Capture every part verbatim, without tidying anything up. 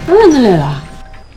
儿子来了。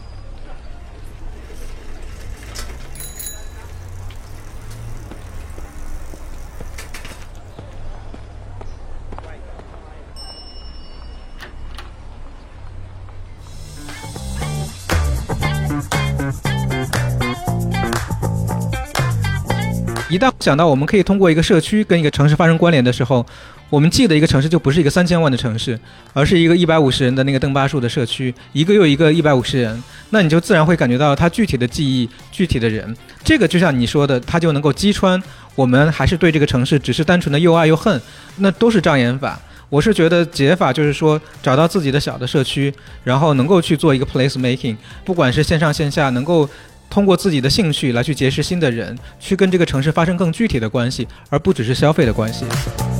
一旦想到我们可以通过一个社区跟一个城市发生关联的时候，我们记得一个城市就不是一个三千万的城市，而是一个一百五十人的那个邓巴数的社区，一个又一个一百五十人，那你就自然会感觉到它具体的记忆、具体的人。这个就像你说的，它就能够击穿我们还是对这个城市只是单纯的又爱又恨，那都是障眼法。我是觉得解法就是说找到自己的小的社区，然后能够去做一个 place making， 不管是线上线下，能够通过自己的兴趣来去结识新的人，去跟这个城市发生更具体的关系，而不只是消费的关系。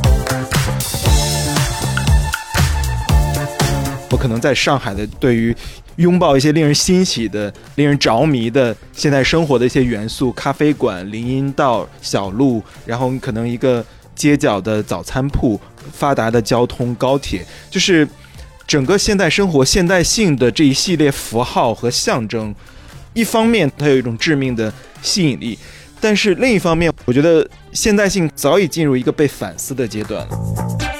我可能在上海的对于拥抱一些令人欣喜的、令人着迷的现代生活的一些元素，咖啡馆、林荫道、小路，然后可能一个街角的早餐铺，发达的交通、高铁，就是整个现代生活现代性的这一系列符号和象征。一方面它有一种致命的吸引力，但是另一方面我觉得现代性早已进入一个被反思的阶段了。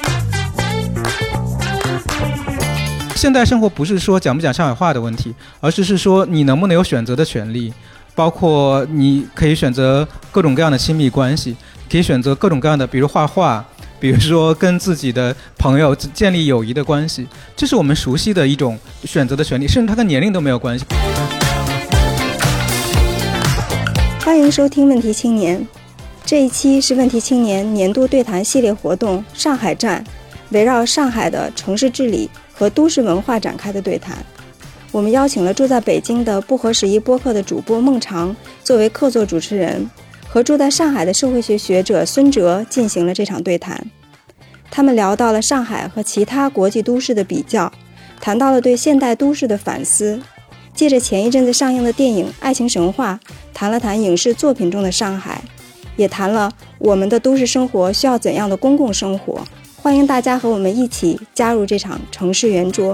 现代生活不是说讲不讲上海话的问题，而是是说你能不能有选择的权利，包括你可以选择各种各样的亲密关系，可以选择各种各样的比如画画，比如说跟自己的朋友建立友谊的关系，这是我们熟悉的一种选择的权利，甚至它跟年龄都没有关系。 欢迎收听问题青年，这一期是问题青年年度对谈系列活动上海站，围绕上海的城市治理和都市文化展开的对谈。我们邀请了住在北京的不合时宜播客的主播孟尝作为客座主持人，和住在上海的社会学学者孙哲进行了这场对谈。他们聊到了上海和其他国际都市的比较，谈到了对现代都市的反思，借着前一阵子上映的电影《爱情神话》，谈了谈影视作品中的上海，也谈了我们的都市生活需要怎样的公共生活。欢迎大家和我们一起加入这场城市圆桌。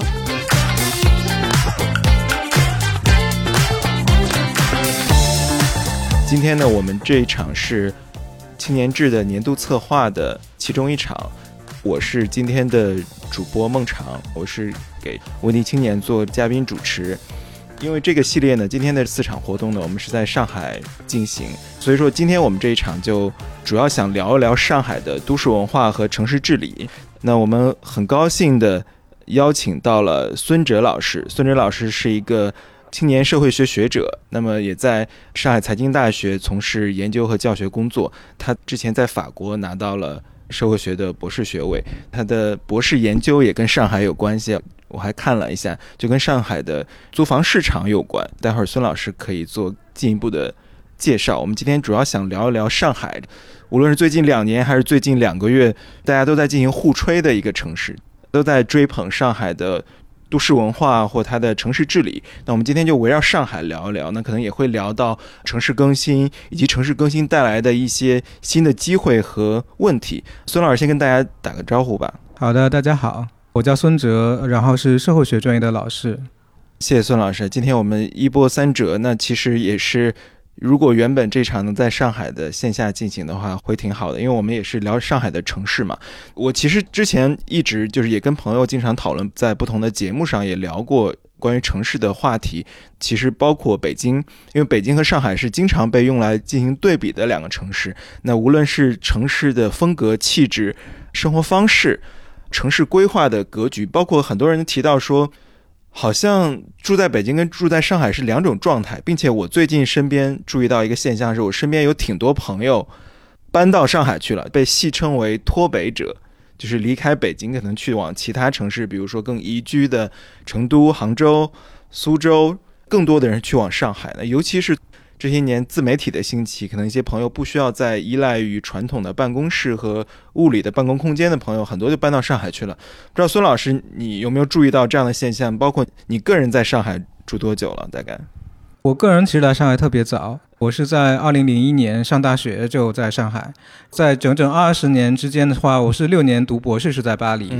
今天呢，我们这一场是青年志的年度策划的其中一场，我是今天的主播孟尝，我是给问题青年做嘉宾主持。因为这个系列呢，今天的四场活动呢，我们是在上海进行，所以说今天我们这一场就主要想聊一聊上海的都市文化和城市治理。那我们很高兴的邀请到了孙哲老师，孙哲老师是一个青年社会学学者，那么也在上海财经大学从事研究和教学工作。他之前在法国拿到了社会学的博士学位，他的博士研究也跟上海有关系，我还看了一下，就跟上海的租房市场有关。待会儿孙老师可以做进一步的介绍。我们今天主要想聊一聊上海，无论是最近两年还是最近两个月，大家都在进行互吹的一个城市，都在追捧上海的都市文化或它的城市治理。那我们今天就围绕上海聊一聊，那可能也会聊到城市更新以及城市更新带来的一些新的机会和问题。孙老师先跟大家打个招呼吧。 好的，大家好，我叫孙哲，然后是社会学专业的老师。 谢谢孙老师。今天我们一波三折，那其实也是如果原本这场能在上海的线下进行的话会挺好的，因为我们也是聊上海的城市嘛。我其实之前一直就是也跟朋友经常讨论，在不同的节目上也聊过关于城市的话题，其实包括北京，因为北京和上海是经常被用来进行对比的两个城市。那无论是城市的风格、气质、生活方式、城市规划的格局，包括很多人提到说好像住在北京跟住在上海是两种状态，并且我最近身边注意到一个现象，是我身边有挺多朋友搬到上海去了，被戏称为脱北者，就是离开北京可能去往其他城市，比如说更宜居的成都、杭州、苏州，更多的人去往上海呢。尤其是这些年自媒体的兴起，可能一些朋友不需要再依赖于传统的办公室和物理的办公空间的朋友，很多就搬到上海去了。不知道孙老师你有没有注意到这样的现象，包括你个人在上海住多久了？大概我个人其实来上海特别早，我是在二零零一年上大学就在上海，在整整二十年之间的话，我是六年读博士是在巴黎。嗯，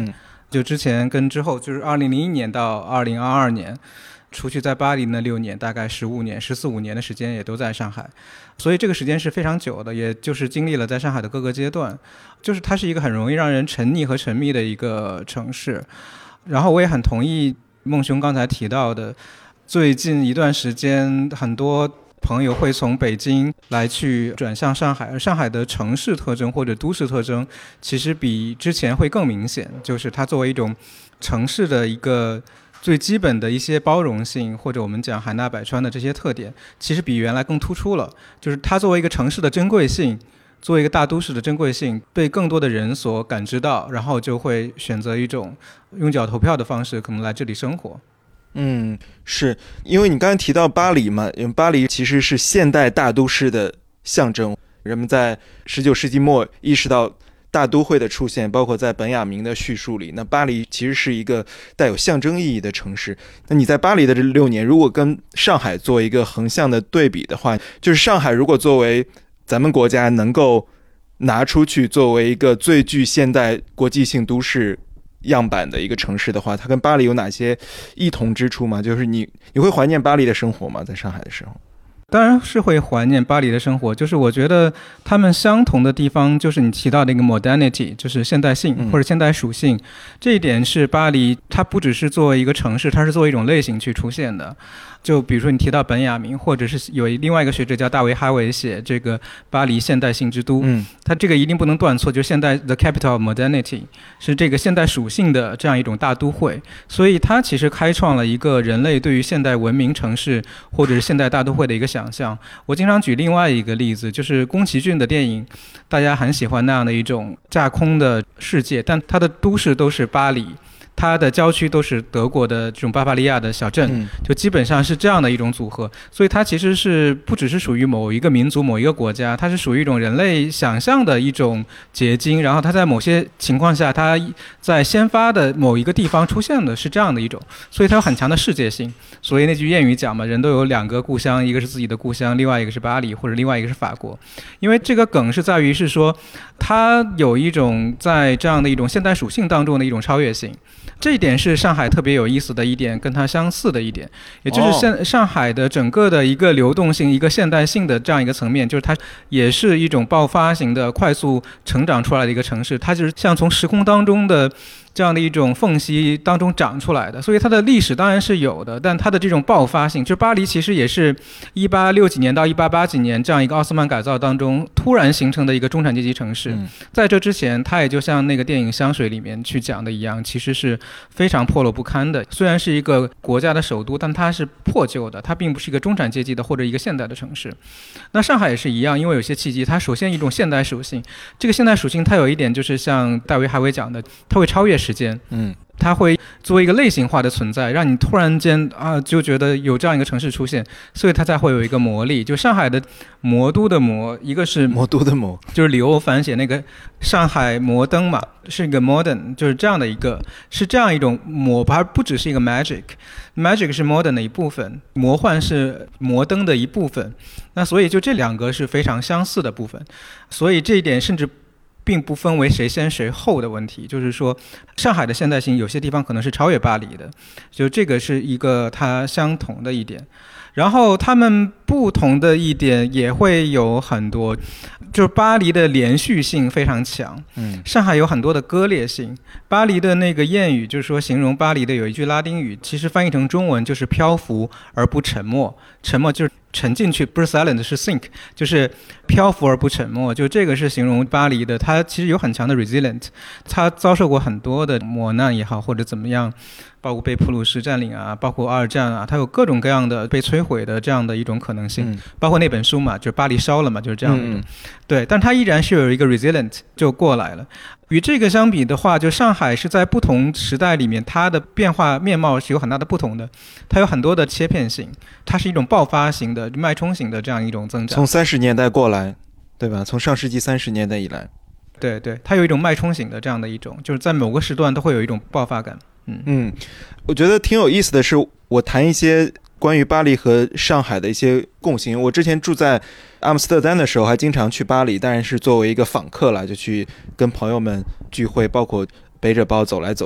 就之前跟之后，就是二零零一年到二零二二年，除去在巴黎那六年，大概十五年、十四五年的时间也都在上海，所以这个时间是非常久的，也就是经历了在上海的各个阶段，就是它是一个很容易让人沉溺和沉迷的一个城市。然后我也很同意孟兄刚才提到的，最近一段时间很多朋友会从北京来去转向上海，而上海的城市特征或者都市特征其实比之前会更明显，就是它作为一种城市的一个最基本的一些包容性，或者我们讲海纳百川的这些特点，其实比原来更突出了。就是它作为一个城市的珍贵性，作为一个大都市的珍贵性被更多的人所感知到，然后就会选择一种用脚投票的方式可能来这里生活。 嗯，是因为你刚才提到巴黎嘛，因为巴黎其实是现代大都市的象征，人们在十九世纪末意识到大都会的出现，包括在本雅明的叙述里，那巴黎其实是一个带有象征意义的城市。那你在巴黎的这六年，如果跟上海做一个横向的对比的话，就是上海如果作为咱们国家能够拿出去作为一个最具现代国际性都市样板的一个城市的话，它跟巴黎有哪些异同之处吗？就是你你会怀念巴黎的生活吗？在上海的时候？ 当然是会怀念巴黎的生活，就是我觉得他们相同的地方就是你提到的一个 modernity， 就是现代性或者现代属性、嗯、这一点是巴黎它不只是作为一个城市，它是作为一种类型去出现的。就比如说你提到本雅明，或者是有另外一个学者叫大卫哈维写这个巴黎现代性之都，嗯，他这个一定不能断错，就是现代 the capital of modernity， 是这个现代属性的这样一种大都会，所以它其实开创了一个人类对于现代文明城市或者是现代大都会的一个想象。我经常举另外一个例子，就是宫崎骏的电影，大家很喜欢那样的一种架空的世界，但它的都市都是巴黎，它的郊区都是德国的这种巴伐利亚的小镇，就基本上是这样的一种组合。所以它其实是不只是属于某一个民族某一个国家，它是属于一种人类想象的一种结晶，然后它在某些情况下它在先发的某一个地方出现的是这样的一种，所以它有很强的世界性。所以那句谚语讲嘛，人都有两个故乡，一个是自己的故乡，另外一个是巴黎，或者另外一个是法国。因为这个梗是在于是说它有一种在这样的一种现代属性当中的一种超越性，这一点是上海特别有意思的一点，跟它相似的一点，也就是上上海的整个的一个流动性，一个现代性的这样一个层面，就是它也是一种爆发型的快速成长出来的一个城市，它就是像从时空当中的这样的一种缝隙当中长出来的，所以它的历史当然是有的，但它的这种爆发性，就巴黎其实也是一八六几年到一八八几年这样一个奥斯曼改造当中突然形成的一个中产阶级城市、嗯、在这之前它也就像那个电影《香水》里面去讲的一样，其实是非常破落不堪的。虽然是一个国家的首都，但它是破旧的，它并不是一个中产阶级的或者一个现代的城市。那上海也是一样，因为有些契机，它首先一种现代属性，这个现代属性它有一点就是像戴维·哈维讲的，它会超越时间，嗯，它会作为一个类型化的存在，让你突然间啊就觉得有这样一个城市出现，所以它才会有一个魔力。就上海的魔都的魔，一个是魔都的魔， 就是李欧凡写那个上海摩登嘛，是一个 modern， 就是这样的一个，是这样一种魔，而不只是一个 magic， magic 是 modern 的一部分，魔幻是摩登的一部分。那所以就这两个是非常相似的部分，所以这一点甚至并不分为谁先谁后的问题，就是说上海的现代性有些地方可能是超越巴黎的，就这个是一个它相同的一点。然后他们不同的一点也会有很多，就是巴黎的连续性非常强，嗯，上海有很多的割裂性。巴黎的那个谚语就是说形容巴黎的有一句拉丁语，其实翻译成中文就是漂浮而不沉没，沉没就是沉进去，不是 silent 是 sink， 就是漂浮而不沉没，就这个是形容巴黎的。它其实有很强的 resilient， 它遭受过很多的磨难也好或者怎么样，包括被普鲁士占领啊，包括二战啊，它有各种各样的被摧毁的这样的一种可能性、嗯、包括那本书嘛，就是巴黎烧了嘛，就是这样的一种、嗯、对，但它依然是有一个 resilient 就过来了。与这个相比的话，就上海是在不同时代里面它的变化面貌是有很大的不同的，它有很多的切片性，它是一种爆发型的脉冲型的这样一种增长， 从三十年代过来，对吧？从上世纪三十年代以来， 对对，它有一种脉冲型的这样的一种，就是在某个时段都会有一种爆发感。嗯嗯，我觉得挺有意思的是，我谈一些关于巴黎和上海的一些共性。我之前住在阿姆斯特丹的时候，还经常去巴黎，当然是作为一个访客啦，就去跟朋友们聚会，包括背着包走来走去。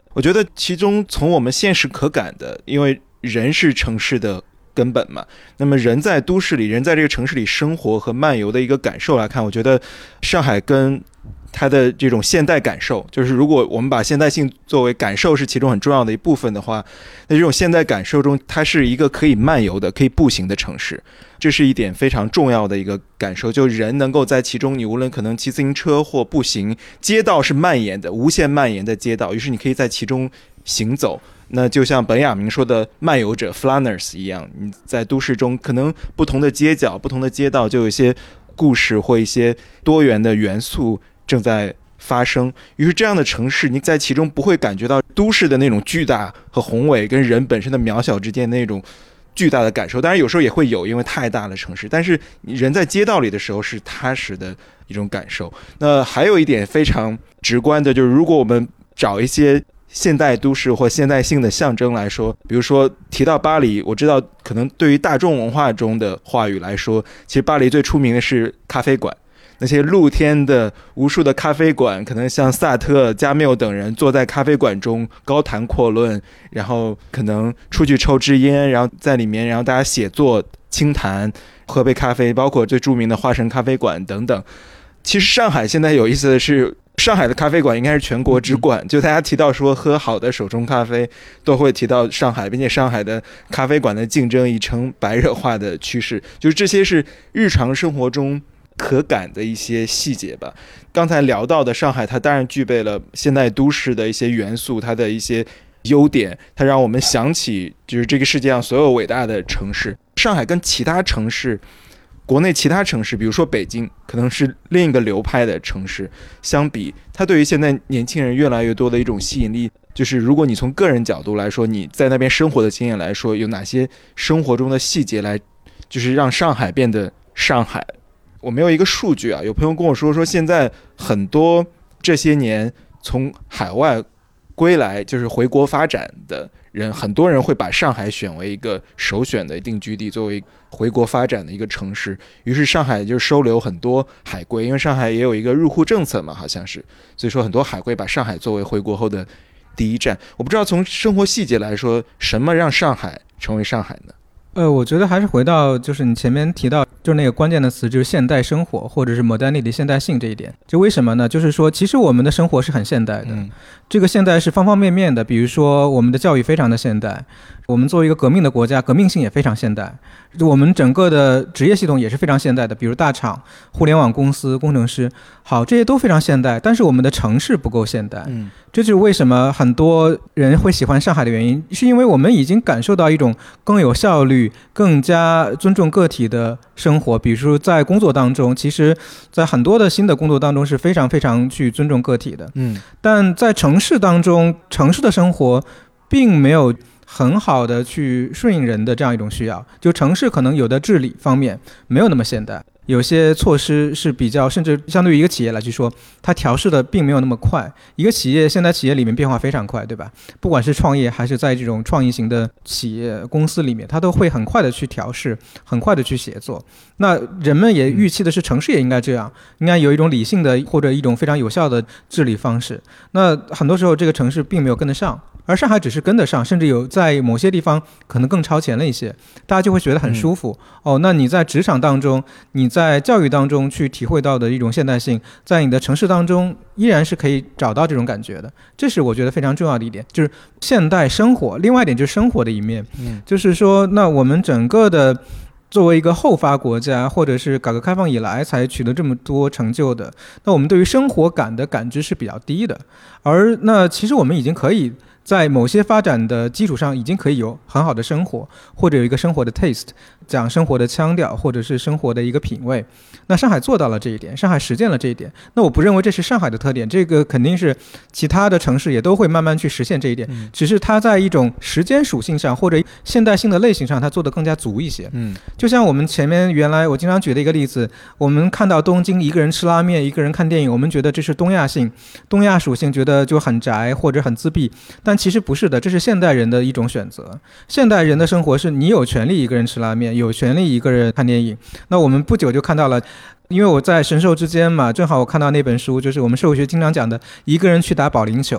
我觉得其中从我们现实可感的，因为人是城市的根本嘛，那么人在都市里，人在这个城市里生活和漫游的一个感受来看，我觉得上海跟它的这种现代感受，就是如果我们把现代性作为感受是其中很重要的一部分的话，那这种现代感受中，它是一个可以漫游的、可以步行的城市，这是一点非常重要的一个感受。就人能够在其中，你无论可能骑自行车或步行，街道是蔓延的、无限蔓延的街道，于是你可以在其中行走。那就像本雅明说的漫游者 Flâners 一样，你在都市中可能不同的街角、不同的街道就有一些故事或一些多元的元素正在发生，于是这样的城市你在其中不会感觉到都市的那种巨大和宏伟跟人本身的渺小之间那种巨大的感受，当然有时候也会有，因为太大的城市，但是人在街道里的时候是踏实的一种感受。那还有一点非常直观的，就是如果我们找一些现代都市或现代性的象征来说，比如说提到巴黎，我知道可能对于大众文化中的话语来说，其实巴黎最出名的是咖啡馆，那些露天的无数的咖啡馆，可能像萨特、加缪等人坐在咖啡馆中高谈阔论，然后可能出去抽支烟，然后在里面，然后大家写作、倾谈、喝杯咖啡，包括最著名的花神咖啡馆等等。其实上海现在有意思的是，上海的咖啡馆应该是全国之冠，就大家提到说喝好的手冲咖啡都会提到上海，并且上海的咖啡馆的竞争已成白热化的趋势，就是这些是日常生活中可感的一些细节吧。刚才聊到的上海，它当然具备了现代都市的一些元素，它的一些优点，它让我们想起就是这个世界上所有伟大的城市。上海跟其他城市，国内其他城市，比如说北京，可能是另一个流派的城市，相比它对于现在年轻人越来越多的一种吸引力，就是如果你从个人角度来说，你在那边生活的经验来说，有哪些生活中的细节来就是让上海变得上海。我没有一个数据啊，有朋友跟我说说现在很多这些年从海外归来就是回国发展的人，很多人会把上海选为一个首选的定居地，作为回国发展的一个城市。于是上海就收留很多海归，因为上海也有一个入户政策嘛，好像是，所以说很多海归把上海作为回国后的第一站。我不知道从生活细节来说，什么让上海成为上海呢？ 呃，我觉得还是回到就是你前面提到就是那个关键的词，就是现代生活或者是 modernity 现代性这一点。就为什么呢？就是说其实我们的生活是很现代的、嗯、这个现代是方方面面的，比如说我们的教育非常的现代，我们作为一个革命的国家，革命性也非常现代，我们整个的职业系统也是非常现代的，比如大厂、互联网公司、工程师，好，这些都非常现代，但是我们的城市不够现代、嗯、这就是为什么很多人会喜欢上海的原因，是因为我们已经感受到一种更有效率、更加尊重个体的生活。比如说在工作当中，其实在很多的新的工作当中是非常非常去尊重个体的，嗯，但在城市当中，城市的生活并没有很好的去顺应人的这样一种需要，就城市可能有的治理方面没有那么现代，有些措施是比较，甚至相对于一个企业来去说，它调试的并没有那么快。一个企业现在企业里面变化非常快，对吧？不管是创业还是在这种创意型的企业公司里面，它都会很快的去调试，很快的去协作。那人们也预期的是城市也应该这样，应该有一种理性的或者一种非常有效的治理方式。那很多时候这个城市并没有跟得上，而上海只是跟得上，甚至有在某些地方可能更超前了一些，大家就会觉得很舒服、嗯、哦。那你在职场当中，你在教育当中去体会到的一种现代性，在你的城市当中依然是可以找到这种感觉的，这是我觉得非常重要的一点，就是现代生活。另外一点就是生活的一面、嗯、就是说那我们整个的作为一个后发国家，或者是改革开放以来才取得这么多成就的，那我们对于生活感的感知是比较低的，而那其实我们已经可以在某些发展的基础上已经可以有很好的生活，或者有一个生活的 taste， 讲生活的腔调，或者是生活的一个品味。那上海做到了这一点，上海实践了这一点，那我不认为这是上海的特点，这个肯定是其他的城市也都会慢慢去实现这一点、嗯、只是它在一种时间属性上或者现代性的类型上它做得更加足一些。嗯，就像我们前面原来我经常举的一个例子，我们看到东京一个人吃拉面，一个人看电影，我们觉得这是东亚性东亚属性，觉得就很宅或者很自闭，但其实不是的，这是现代人的一种选择。现代人的生活是你有权利一个人吃拉面，有权利一个人看电影。那我们不久就看到了，因为我在神兽之间嘛，正好我看到那本书，就是我们社会学经常讲的一个人去打保龄球。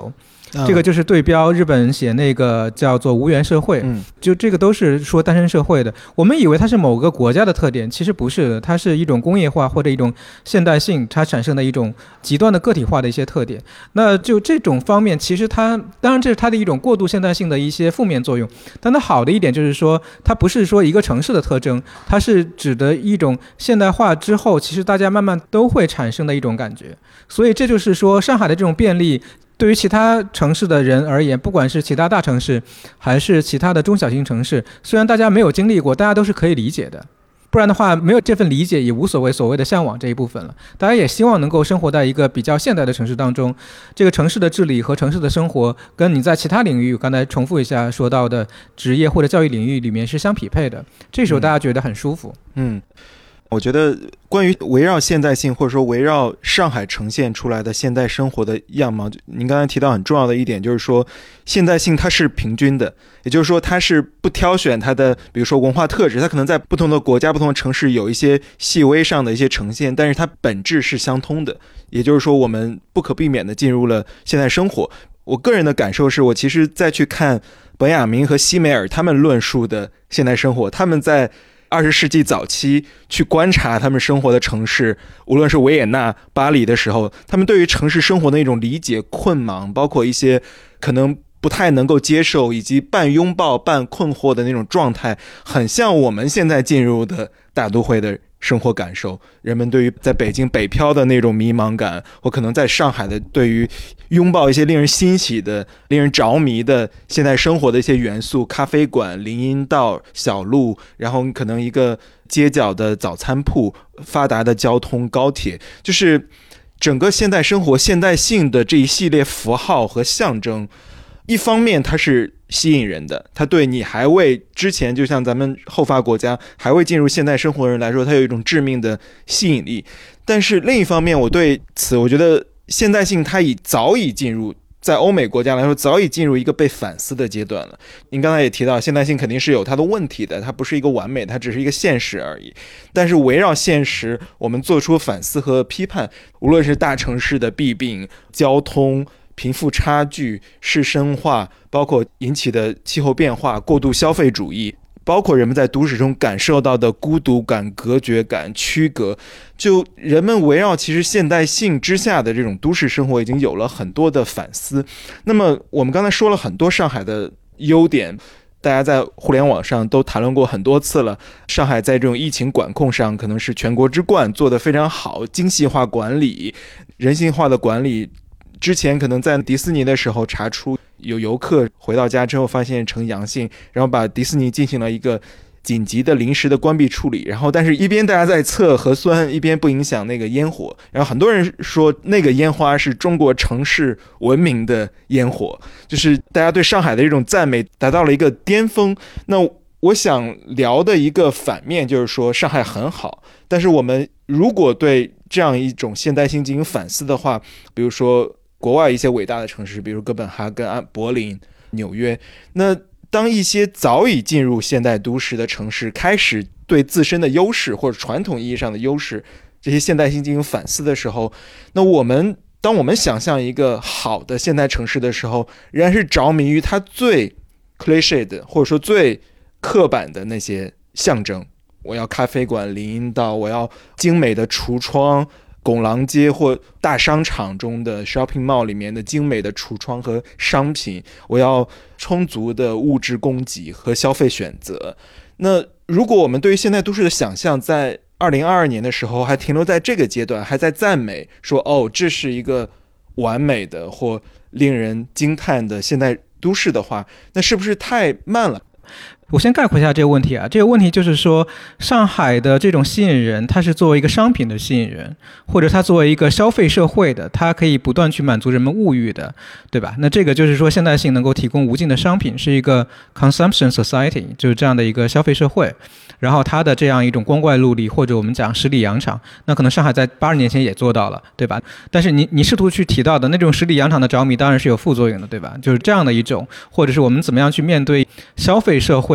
嗯、这个就是对标日本写那个叫做无缘社会、嗯、就这个都是说单身社会的。我们以为它是某个国家的特点，其实不是的，它是一种工业化或者一种现代性它产生的一种极端的个体化的一些特点。那就这种方面，其实它当然这是它的一种过度现代性的一些负面作用，但它好的一点就是说它不是说一个城市的特征，它是指的一种现代化之后其实大家慢慢都会产生的一种感觉。所以这就是说上海的这种便利对于其他城市的人而言，不管是其他大城市还是其他的中小型城市，虽然大家没有经历过，大家都是可以理解的。不然的话，没有这份理解也无所谓所谓的向往这一部分了。大家也希望能够生活在一个比较现代的城市当中，这个城市的治理和城市的生活跟你在其他领域刚才重复一下说到的职业或者教育领域里面是相匹配的，这时候大家觉得很舒服。 嗯，嗯我觉得关于围绕现代性或者说围绕上海呈现出来的现代生活的样貌，您刚才提到很重要的一点就是说现代性它是平均的，也就是说它是不挑选它的比如说文化特质，它可能在不同的国家不同的城市有一些细微上的一些呈现，但是它本质是相通的，也就是说我们不可避免的进入了现代生活。我个人的感受是，我其实再去看本雅明和西梅尔他们论述的现代生活，他们在二十世纪早期去观察他们生活的城市，无论是维也纳、巴黎的时候，他们对于城市生活的一种理解、困茫，包括一些可能不太能够接受以及半拥抱半困惑的那种状态，很像我们现在进入的大都会的生活感受，人们对于在北京北漂的那种迷茫感，或可能在上海的对于拥抱一些令人欣喜的令人着迷的现代生活的一些元素，咖啡馆、林荫道、小路，然后可能一个街角的早餐铺，发达的交通高铁，就是整个现代生活现代性的这一系列符号和象征，一方面它是吸引人的，它对你还未之前就像咱们后发国家还未进入现代生活的人来说，它有一种致命的吸引力。但是另一方面，我对此我觉得现代性它已早已进入，在欧美国家来说早已进入一个被反思的阶段了。您刚才也提到现代性肯定是有它的问题的，它不是一个完美，它只是一个现实而已。但是围绕现实我们做出反思和批判，无论是大城市的弊病、交通、贫富差距、市生化，包括引起的气候变化、过度消费主义，包括人们在都市中感受到的孤独感、隔绝感、区隔，就人们围绕其实现代性之下的这种都市生活已经有了很多的反思。那么我们刚才说了很多上海的优点，大家在互联网上都谈论过很多次了。上海在这种疫情管控上可能是全国之冠，做得非常好，精细化管理、人性化的管理。之前可能在迪士尼的时候查出有游客回到家之后发现呈阳性，然后把迪士尼进行了一个紧急的临时的关闭处理，然后但是一边大家在测核酸，一边不影响那个烟火，然后很多人说那个烟花是中国城市文明的烟火，就是大家对上海的这种赞美达到了一个巅峰。那我想聊的一个反面就是说上海很好，但是我们如果对这样一种现代性进行反思的话，比如说国外一些伟大的城市，比如哥本哈根、柏林、纽约，那当一些早已进入现代都市的城市开始对自身的优势或者传统意义上的优势这些现代性进行反思的时候，那我们当我们想象一个好的现代城市的时候，仍然是着迷于它最 cliché 的或者说最刻板的那些象征。我要咖啡馆、林荫道，我要精美的橱窗，拱廊街或大商场中的 shopping mall 里面的精美的橱窗和商品，我要充足的物质供给和消费选择。那如果我们对于现代都市的想象在二零二二年的时候还停留在这个阶段，还在赞美说哦这是一个完美的或令人惊叹的现代都市的话，那是不是太慢了？ 我先概括一下这个问题啊，这个问题就是说上海的这种吸引人，它是作为一个商品的吸引人，或者它作为一个消费社会的，它可以不断去满足人们物欲的，对吧？那这个就是说现代性能够提供无尽的商品，是一个 consumption society， 就是这样的一个消费社会。然后它的这样一种光怪陆离，或者我们讲十里洋场，那可能上海在八十年前也做到了，对吧？但是你你试图去提到的那种十里洋场的着迷当然是有副作用的，对吧？就是这样的一种，或者是我们怎么样去面对消费社会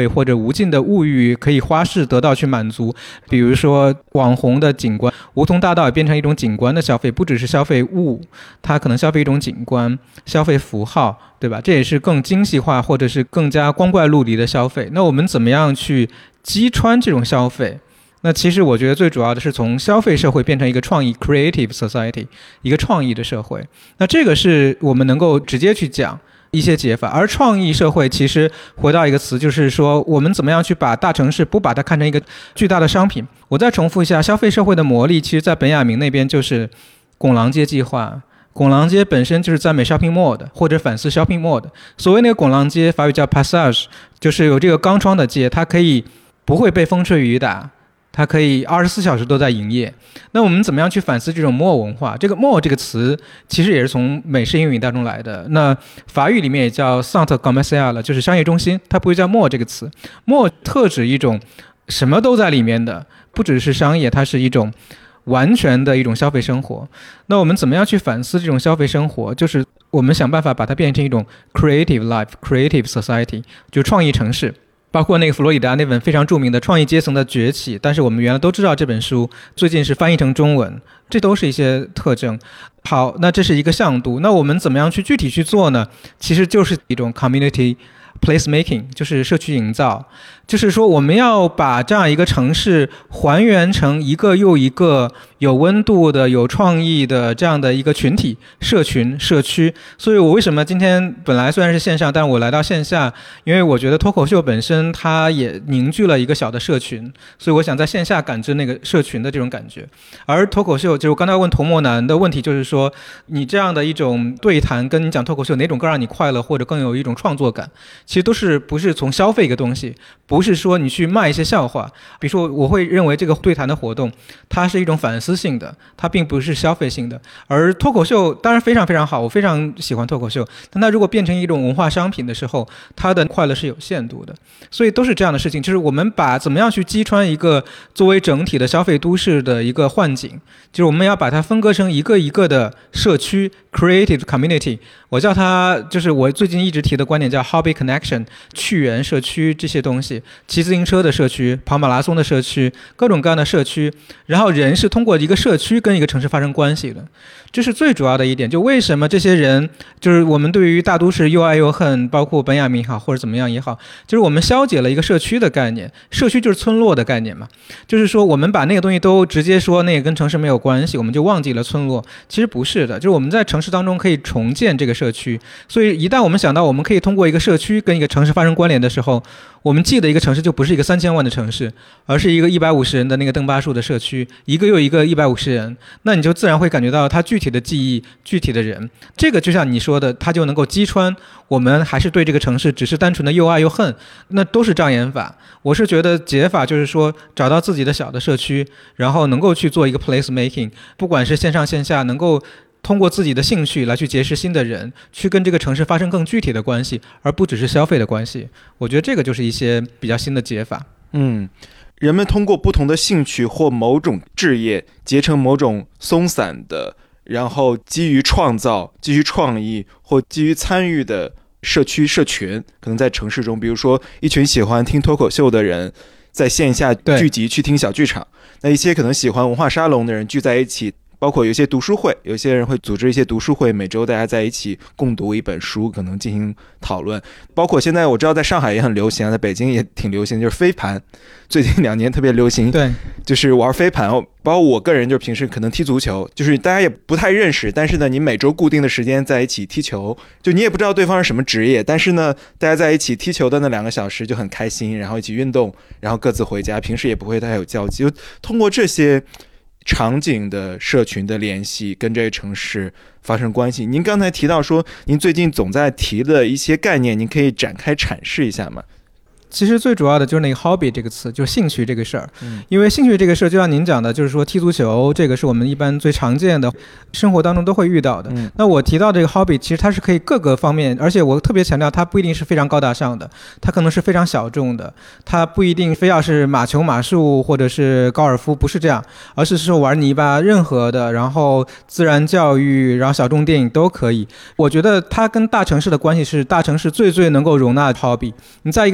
味或者无尽的物欲可以花式得到去满足。比如说网红的景观，梧桐大道也变成一种景观的消费，不只是消费物，它可能消费一种景观，消费符号，对吧？这也是更精细化或者是更加光怪陆离的消费。那我们怎么样去击穿这种消费？那其实我觉得最主要的是从消费社会变成一个创意 creative society， 一个创意的社会。那这个是我们能够直接去讲一些解法。而创意社会其实回到一个词，就是说我们怎么样去把大城市不把它看成一个巨大的商品。我再重复一下，消费社会的魔力其实在本雅明那边就是拱廊街计划。拱廊街本身就是赞美 shopping mall 的，或者反思 shopping mall 的。所谓那个拱廊街，法语叫 passage， 就是有这个钢窗的街，它可以不会被风吹雨打，它可以二十四小时都在营业。那我们怎么样去反思这种 mall 文化？这个 mall 这个词其实也是从美式英语当中来的。那法语里面也叫 centre commercial， 就是商业中心，它不会叫 mall 这个词。mall 特指一种什么都在里面的，不只是商业，它是一种完全的一种消费生活。那我们怎么样去反思这种消费生活？就是我们想办法把它变成一种 creative life creative society， 就创意城市。包括那个弗洛里达那本非常著名的《创意阶层的崛起》，但是我们原来都知道这本书最近是翻译成中文，这都是一些特征。好，那这是一个向度，那我们怎么样去具体去做呢？其实就是一种 community placemaking， 就是社区营造。就是说我们要把这样一个城市还原成一个又一个有温度的有创意的这样的一个群体社群社区。所以我为什么今天本来虽然是线上，但我来到线下，因为我觉得脱口秀本身它也凝聚了一个小的社群，所以我想在线下感知那个社群的这种感觉。而脱口秀就是我刚才问童漠男的问题，就是说你这样的一种对谈跟你讲脱口秀哪种更让你快乐或者更有一种创作感，其实都是不是从消费一个东西，不是说你去卖一些笑话。比如说我会认为这个对谈的活动它是一种反思性的，它并不是消费性的。而脱口秀当然非常非常好，我非常喜欢脱口秀，但它如果变成一种文化商品的时候，它的快乐是有限度的。所以都是这样的事情，就是我们把怎么样去击穿一个作为整体的消费都市的一个幻景，就是我们要把它分割成一个一个的社区 creative community。 我叫它就是我最近一直提的观点叫 hobby connection， 趣园社区，这些东西，骑自行车的社区，跑马拉松的社区，各种各样的社区。然后人是通过一个社区跟一个城市发生关系的，这是最主要的一点。就为什么这些人，就是我们对于大都市又爱又恨，包括本雅明也好或者怎么样也好，就是我们消解了一个社区的概念。社区就是村落的概念嘛，就是说我们把那个东西都直接说那个跟城市没有关系，我们就忘记了村落。其实不是的，就是我们在城市当中可以重建这个社区。所以一旦我们想到我们可以通过一个社区跟一个城市发生关联的时候，我们记得一个城市就不是一个三千万的城市，而是一个一百五十人的那个邓巴数的社区，一个又一个一百五十人，那你就自然会感觉到它具体的记忆，具体的人。这个就像你说的，它就能够击穿我们还是对这个城市只是单纯的又爱又恨，那都是障眼法。我是觉得解法就是说找到自己的小的社区，然后能够去做一个 place making， 不管是线上线下，能够通过自己的兴趣来去结识新的人，去跟这个城市发生更具体的关系，而不只是消费的关系。我觉得这个就是一些比较新的解法。 嗯，人们通过不同的兴趣或某种志业结成某种松散的，然后基于创造、基于创意或基于参与的社区社群，可能在城市中，比如说一群喜欢听脱口秀的人在线下聚集去听小剧场，那一些可能喜欢文化沙龙的人聚在一起，包括有些读书会，有些人会组织一些读书会，每周大家在一起共读一本书，可能进行讨论。包括现在我知道在上海也很流行，在北京也挺流行，就是飞盘，最近两年特别流行， 对， 就是玩飞盘。包括我个人就是平时可能踢足球，就是大家也不太认识，但是呢你每周固定的时间在一起踢球，就你也不知道对方是什么职业，但是呢大家在一起踢球的那两个小时就很开心，然后一起运动，然后各自回家，平时也不会太有交集，就通过这些场景的社群的联系跟这个城市发生关系。您刚才提到说您最近总在提的一些概念，您可以展开阐释一下吗？ 其实最主要的就是那个 hobby 这个词，就是兴趣这个事儿、 嗯、 因为兴趣这个事儿就像您讲的，就是说踢足球这个是我们一般最常见的生活当中都会遇到的、嗯、那我提到这个 hobby 其实它是可以各个方面，而且我特别强调它不一定是非常高大上的，它可能是非常小众的，它不一定非要是马球马术或者是高尔夫，不是这样，而是说玩泥巴，任何的，然后自然教育，然后小众电影都可以。我觉得它跟大城市的关系是大城市最最能够容纳的 hobby。你在一个小镇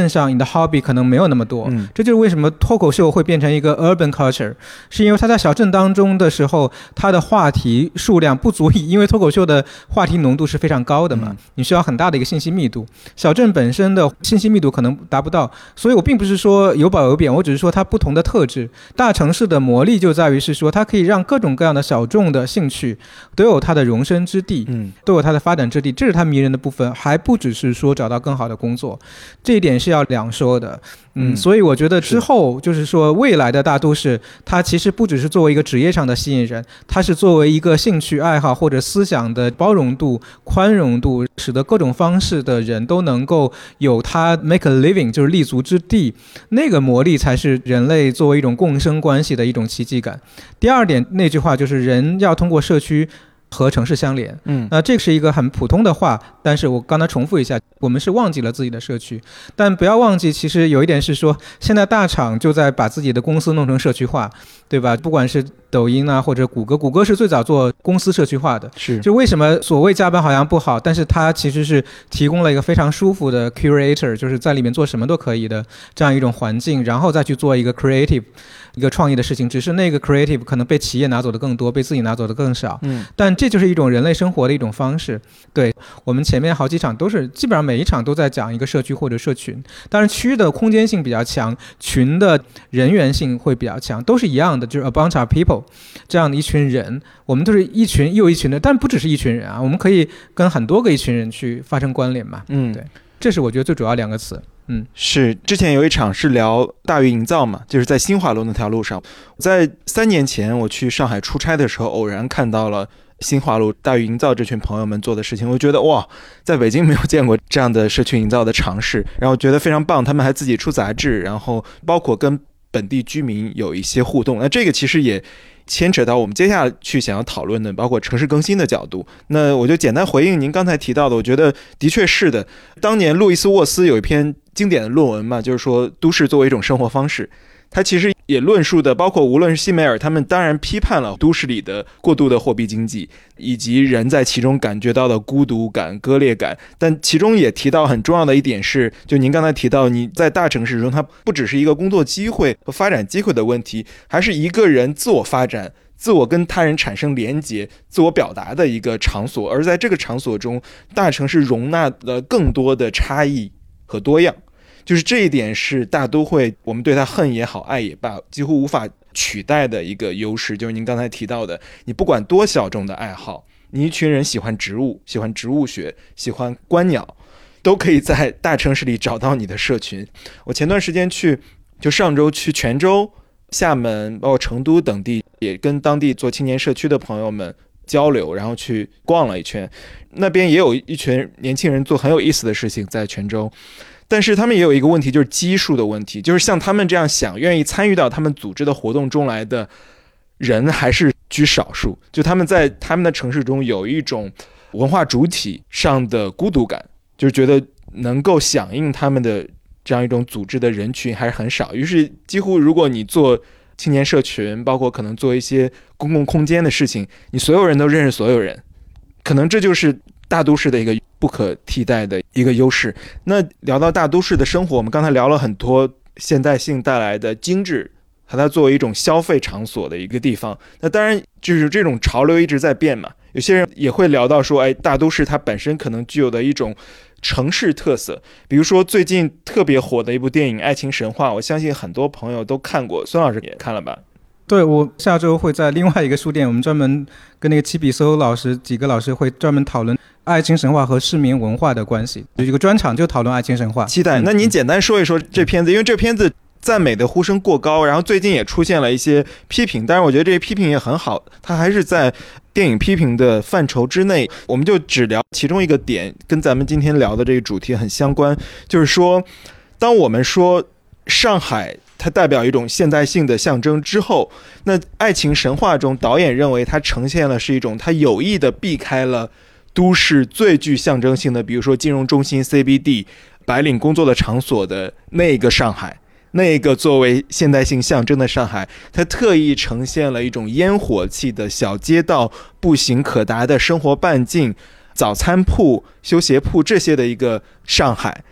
面上你的 hobby 可能没有那么多、 嗯、 这就是为什么脱口秀会变成一个 urban culture， 是因为它在小镇当中的时候，它的话题数量不足以，因为脱口秀的话题浓度是非常高的嘛、嗯、你需要很大的一个信息密度，小镇本身的信息密度可能达不到，所以我并不是说有褒有贬，我只是说它不同的特质。大城市的魔力就在于是说它可以让各种各样的小众的兴趣都有它的容身之地、嗯、都有它的发展之地，这是它迷人的部分，还不只是说找到更好的工作，这一点是要两说的。嗯，所以我觉得之后就是说未来的大都市，它其实不只是作为一个职业上的吸引人，它是作为一个兴趣爱好或者思想的包容度、宽容度，使得各种方式的人都能够有它 make a living， 就是立足之地，那个魔力才是人类作为一种共生关系的一种奇迹感。第二点，那句话就是人要通过社区和城市相连，嗯，那这是一个很普通的话，但是我刚才重复一下，我们是忘记了自己的社区，但不要忘记，其实有一点是说，现在大厂就在把自己的公司弄成社区化，对吧？不管是抖音啊，或者谷歌，谷歌是最早做公司社区化的， 是就为什么所谓加班好像不好，但是它其实是提供了一个非常舒服的 curator， 就是在里面做什么都可以的这样一种环境，然后再去做一个 creative。一个创意的事情，只是那个 creative 可能被企业拿走的更多，被自己拿走的更少。嗯，但这就是一种人类生活的一种方式。对，我们前面好几场都是，基本上每一场都在讲一个社区或者社群。当然，区的空间性比较强，群的人员性会比较强，都是一样的，就是 a bunch of people 这样的一群人，我们都是一群又一群的，但不只是一群人啊，我们可以跟很多个一群人去发生关联嘛。嗯，对，这是我觉得最主要两个词。嗯， 是之前有一场是聊大鱼营造嘛，就是在新华路那条路上。在三年前我去上海出差的时候，偶然看到了新华路大鱼营造这群朋友们做的事情，我觉得哇，在北京没有见过这样的社区营造的尝试，然后觉得非常棒。他们还自己出杂志，然后包括跟本地居民有一些互动，那这个其实也牵扯到我们接下去想要讨论的包括城市更新的角度。那我就简单回应您刚才提到的，我觉得的确是的。当年路易斯沃斯有一篇经典的论文嘛，就是说都市作为一种生活方式，他其实也论述的包括无论是西梅尔他们当然批判了都市里的过度的货币经济以及人在其中感觉到的孤独感割裂感，但其中也提到很重要的一点是，就您刚才提到你在大城市中它不只是一个工作机会和发展机会的问题，还是一个人自我发展自我跟他人产生连结自我表达的一个场所，而在这个场所中大城市容纳了更多的差异和多样，就是这一点是大都会我们对它恨也好爱也罢几乎无法取代的一个优势。就是您刚才提到的，你不管多小众的爱好，你一群人喜欢植物喜欢植物学喜欢观鸟，都可以在大城市里找到你的社群。我前段时间去就上周去泉州厦门包括成都等地，也跟当地做青年社区的朋友们交流，然后去逛了一圈，那边也有一群年轻人做很有意思的事情在泉州，但是他们也有一个问题，就是基数的问题，就是像他们这样想愿意参与到他们组织的活动中来的人还是居少数，就他们在他们的城市中有一种文化主体上的孤独感，就是觉得能够响应他们的这样一种组织的人群还是很少。于是几乎如果你做青年社群包括可能做一些公共空间的事情，你所有人都认识所有人，可能这就是大都市的一个不可替代的一个优势。那聊到大都市的生活，我们刚才聊了很多现代性带来的精致和它作为一种消费场所的一个地方，那当然就是这种潮流一直在变嘛。有些人也会聊到说，哎，大都市它本身可能具有的一种城市特色，比如说最近特别火的一部电影《爱情神话》，我相信很多朋友都看过，孙老师也看了吧？ 对，我下周会在另外一个书店，我们专门跟那个七比搜老师几个老师会专门讨论爱情神话和市民文化的关系，有一个专场就讨论爱情神话。 期待。那您简单说一说这片子，因为这片子赞美的呼声过高，然后最近也出现了一些批评，但是我觉得这些批评也很好，它还是在电影批评的范畴之内。我们就只聊其中一个点，跟咱们今天聊的这个主题很相关，就是说当我们说上海它代表一种现代性的象征之后，那爱情神话中导演认为它呈现了是一种它有意的避开了都市最具象征性的，比如说金融中心 C B D 白领工作的场所的那个上海，那个作为现代性象征的上海，它特意呈现了一种烟火气的小街道步行可达的生活半径早餐铺休闲铺这些的一个上海。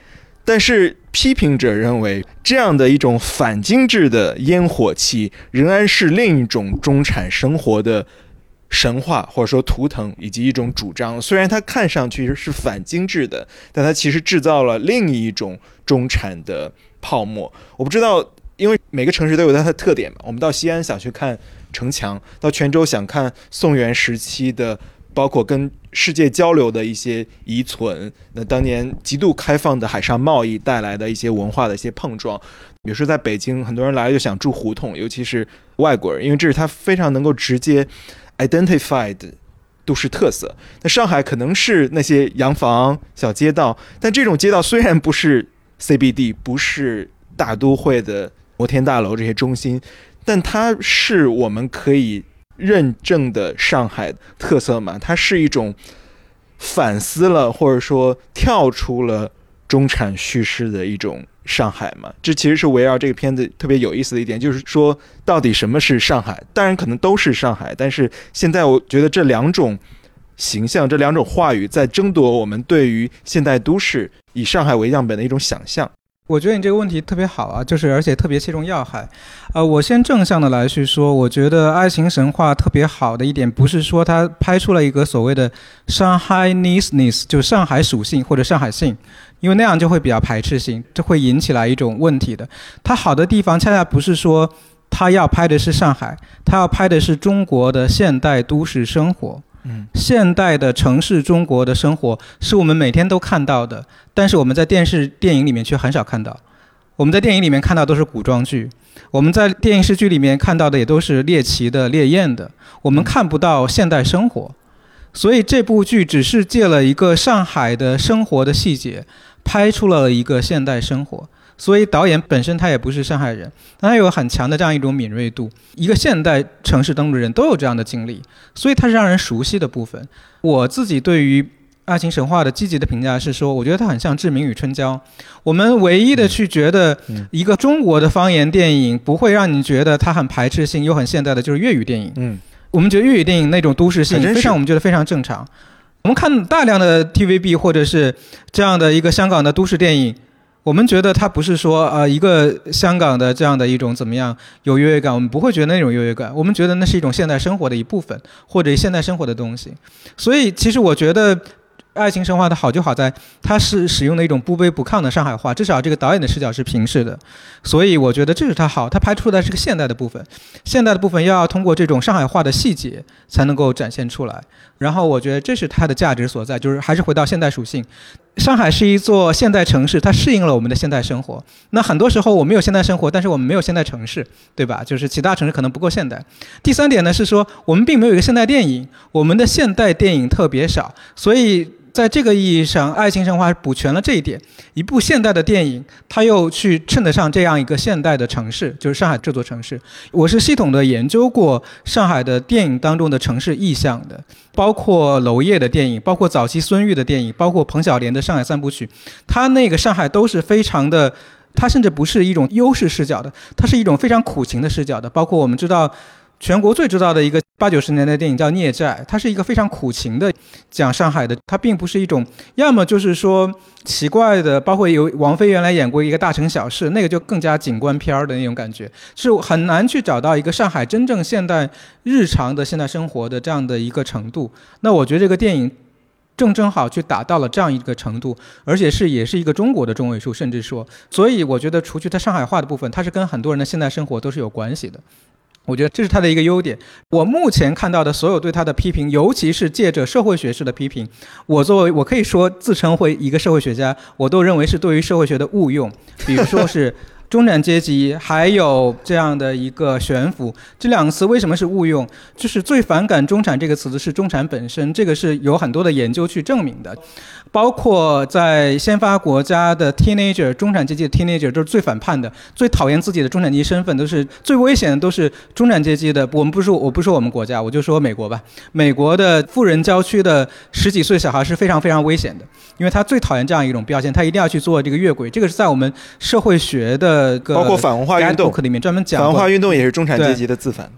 但是批评者认为，这样的一种反精致的烟火气，仍然是另一种中产生活的神话或者说图腾以及一种主张。虽然它看上去是反精致的，但它其实制造了另一种中产的泡沫。我不知道，因为每个城市都有它的特点嘛。我们到西安想去看城墙，到泉州想看宋元时期的包括跟世界交流的一些遗存，那当年极度开放的海上贸易带来的一些文化的一些碰撞。比如说在北京，很多人来就想住胡同，尤其是外国人，因为这是他非常能够直接 identify 的都市特色。那上海可能是那些洋房、小街道，但这种街道虽然不是 C B D， 不是大都会的摩天大楼这些中心，但它是我们可以认证的上海特色嘛？它是一种反思了或者说跳出了中产叙事的一种上海嘛？这其实是围绕这个片子特别有意思的一点，就是说到底什么是上海？当然可能都是上海，但是现在我觉得这两种形象、这两种话语在争夺我们对于现代都市以上海为样本的一种想象。 我觉得你这个问题特别好啊，就是而且特别切中要害。呃，我先正向的来去说，我觉得《爱情神话》特别好的一点，不是说它拍出了一个所谓的 Shanghainess， 就上海属性或者上海性，因为那样就会比较排斥性，这会引起来一种问题的。它好的地方恰恰不是说它要拍的是上海，它要拍的是中国的现代都市生活。现代的城市中国的生活是我们每天都看到的，但是我们在电视电影里面却很少看到。我们在电影里面看到都是古装剧，我们在电视剧里面看到的也都是猎奇的、猎艳的，我们看不到现代生活。所以这部剧只是借了一个上海的生活的细节，拍出了一个现代生活。所以导演本身他也不是上海人，但他有很强的这样一种敏锐度，一个现代城市登陆人都有这样的经历，所以他是让人熟悉的部分。我自己对于爱情神话的积极的评价是说，我觉得它很像志明与春娇。我们唯一的去觉得一个中国的方言电影不会让你觉得它很排斥性又很现代的，就是粤语电影。嗯，我们觉得粤语电影那种都市性非常，我们觉得非常正常。我们看大量的 T V B 或者是这样的一个香港的都市电影，我们觉得它不是说呃一个香港的这样的一种怎么样有优越感，我们不会觉得那种优越感，我们觉得那是一种现代生活的一部分，或者现代生活的东西。所以其实我觉得爱情神话的好就好在它是使用的一种不卑不亢的上海话，至少这个导演的视角是平视的，所以我觉得这是它好，它拍出的是个现代的部分，现代的部分又要通过这种上海话的细节才能够展现出来，然后我觉得这是它的价值所在，就是还是回到现代属性。上海是一座现代城市，它适应了我们的现代生活。那很多时候我们有现代生活，但是我们没有现代城市，对吧？就是其他城市可能不够现代。第三点呢是说，我们并没有一个现代电影，我们的现代电影特别少，所以在这个意义上，爱情神话补全了这一点。一部现代的电影，它又去衬得上这样一个现代的城市，就是上海这座城市。我是系统的研究过上海的电影当中的城市意象的，包括娄烨的电影，包括早期孙玉的电影，包括彭小莲的《上海三部曲》，它那个上海都是非常的，它甚至不是一种优势视角的，它是一种非常苦情的视角的。包括我们知道全国最知道的一个八九十年代的电影叫《孽债》，它是一个非常苦情的讲上海的，它并不是一种要么就是说奇怪的，包括有王菲原来演过一个《大城小事》，那个就更加景观片的那种感觉，是很难去找到一个上海真正现代日常的现代生活的这样的一个程度。那我觉得这个电影正正好去达到了这样一个程度，而且是也是一个中国的中位数，甚至说，所以我觉得除去它上海话的部分，它是跟很多人的现代生活都是有关系的。我觉得这是他的一个优点。我目前看到的所有对他的批评，尤其是借着社会学式的批评，我作为我可以说自称为一个社会学家，我都认为是对于社会学的误用，比如说是中产阶级还有这样的一个悬浮，这两个词为什么是误用？就是最反感中产这个词的是中产本身，这个是有很多的研究去证明的。包括在先发国家的 teenager 中产阶级的 teenager 都是最反叛的，最讨厌自己的中产阶级身份，都是最危险的，都是中产阶级的。我们不说我不说我们国家，我就说美国吧。美国的富人郊区的十几岁小孩是非常非常危险的，因为他最讨厌这样一种标签，他一定要去做这个越轨。这个是在我们社会学的包括反文化运动里面专门讲过， 反文化运动也是中产阶级的自反， 对, 对吧？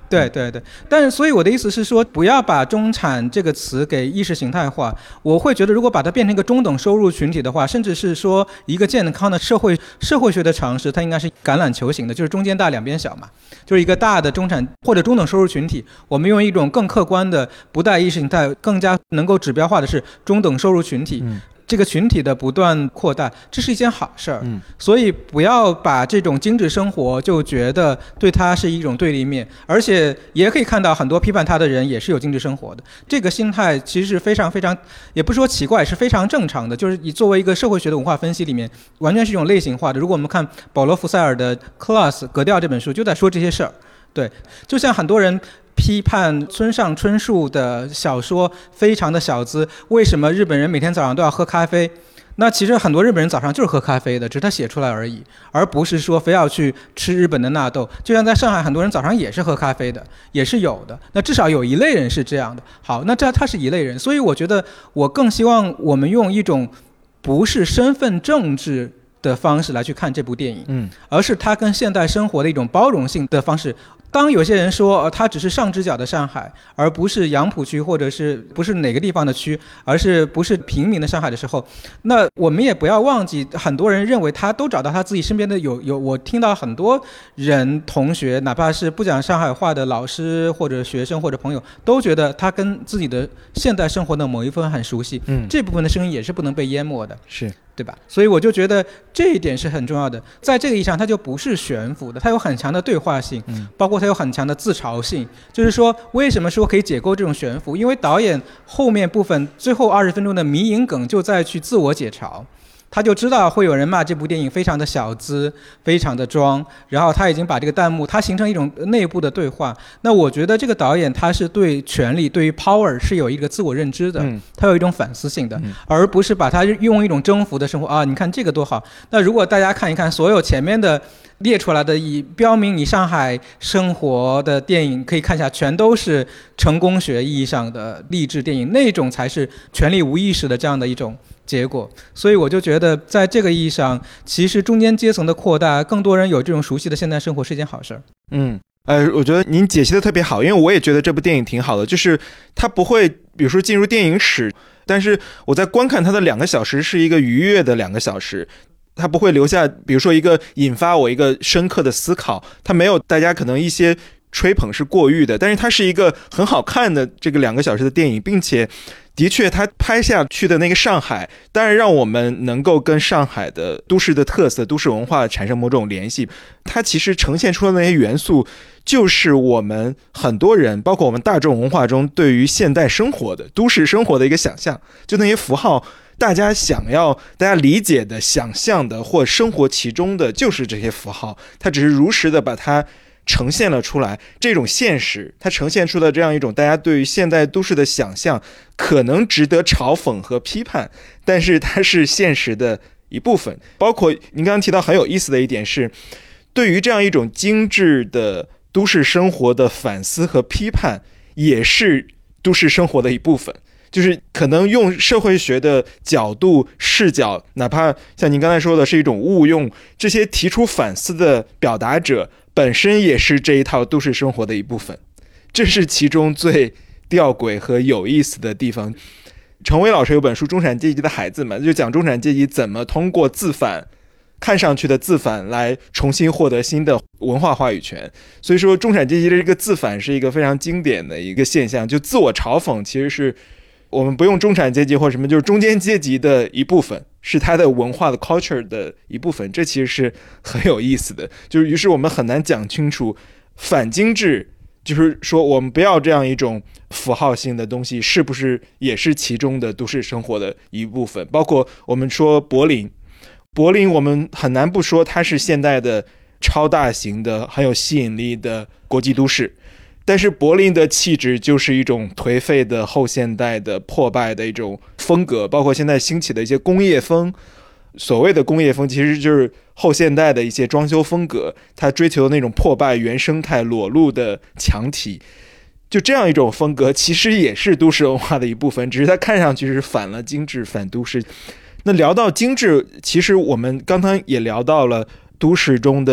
对对对，但是所以我的意思是说，不要把中产这个词给意识形态化。我会觉得，如果把它变成一个中等收入群体的话，甚至是说一个健康的社会社会学的常识，它应该是橄榄球型的，就是中间大两边小嘛，就是一个大的中产或者中等收入群体。我们用一种更客观的、不带意识形态、更加能够指标化的是中等收入群体。嗯，这个群体的不断扩大，这是一件好事儿。嗯，所以不要把这种精致生活就觉得对它是一种对立面，而且也可以看到很多批判它的人也是有精致生活的。这个心态其实是非常非常，也不是说奇怪，是非常正常的。就是你作为一个社会学的文化分析里面，完全是一种类型化的。如果我们看保罗·福塞尔的《Class 格调》这本书，就在说这些事儿。对，就像很多人批判村上春树的小说非常的小资，为什么日本人每天早上都要喝咖啡？那其实很多日本人早上就是喝咖啡的，只是他写出来而已，而不是说非要去吃日本的纳豆。就像在上海，很多人早上也是喝咖啡的，也是有的。那至少有一类人是这样的。好，那这他是一类人，所以我觉得我更希望我们用一种不是身份政治的方式来去看这部电影，嗯，而是它跟现代生活的一种包容性的方式。当有些人说、呃、它只是上直角的上海，而不是杨浦区或者是不是哪个地方的区，而是不是平民的上海的时候，那我们也不要忘记，很多人认为他都找到他自己身边的有有，我听到很多人同学，哪怕是不讲上海话的老师或者学生或者朋友，都觉得他跟自己的现代生活的某一部分很熟悉，嗯，这部分的声音也是不能被淹没的， 是。 对吧？所以我就觉得这一点是很重要的。在这个意义上，它就不是悬浮的，它有很强的对话性，嗯，包括它有很强的自嘲性。就是说，为什么说可以解构这种悬浮？因为导演后面部分最后二十分钟的迷影梗就在去自我解嘲。他就知道会有人骂这部电影非常的小资，非常的装，然后他已经把这个弹幕，他形成一种内部的对话。那我觉得这个导演他是对权力，对于 power 是有一个自我认知的，嗯，他有一种反思性的，嗯，而不是把他用一种征服的生活啊，你看这个多好。那如果大家看一看所有前面的列出来的以标明你上海生活的电影，可以看一下，全都是成功学意义上的励志电影，那种才是权力无意识的这样的一种结果。所以我就觉得在这个意义上，其实中间阶层的扩大，更多人有这种熟悉的现代生活是一件好事。 嗯，呃，我觉得您解析的特别好，因为我也觉得这部电影挺好的，就是它不会比如说进入电影史，但是我在观看它的两个小时是一个愉悦的两个小时，它不会留下比如说一个引发我一个深刻的思考，它没有大家可能一些吹捧是过誉的，但是它是一个很好看的这个两个小时的电影，并且的确他拍下去的那个上海当然让我们能够跟上海的都市的特色都市文化产生某种联系，它其实呈现出的那些元素就是我们很多人包括我们大众文化中对于现代生活的都市生活的一个想象，就那些符号大家想要大家理解的想象的或生活其中的就是这些符号，它只是如实的把它呈现了出来，这种现实它呈现出的这样一种大家对于现代都市的想象可能值得嘲讽和批判，但是它是现实的一部分。包括您刚刚提到很有意思的一点是，对于这样一种精致的都市生活的反思和批判也是都市生活的一部分，就是可能用社会学的角度视角，哪怕像您刚才说的是一种误用，这些提出反思的表达者本身也是这一套都市生活的一部分，这是其中最吊诡和有意思的地方。程维老师有本书《中产阶级的孩子们》，就讲中产阶级怎么通过自反，看上去的自反来重新获得新的文化话语权。所以说中产阶级的这个自反是一个非常经典的一个现象，就自我嘲讽其实是我们不用中产阶级或什么，就是中间阶级的一部分，是它的文化的 culture 的一部分，这其实是很有意思的。就是于是我们很难讲清楚反精致，就是说我们不要这样一种符号性的东西是不是也是其中的都市生活的一部分。包括我们说柏林，柏林我们很难不说它是现代的超大型的很有吸引力的国际都市，但是柏林的气质就是一种颓废的后现代的破败的一种风格，包括现在兴起的一些工业风，所谓的工业风其实就是后现代的一些装修风格，它追求那种破败原生态裸露的墙体，就这样一种风格其实也是都市文化的一部分，只是它看上去是反了精致反都市。那聊到精致，其实我们刚刚也聊到了都市中的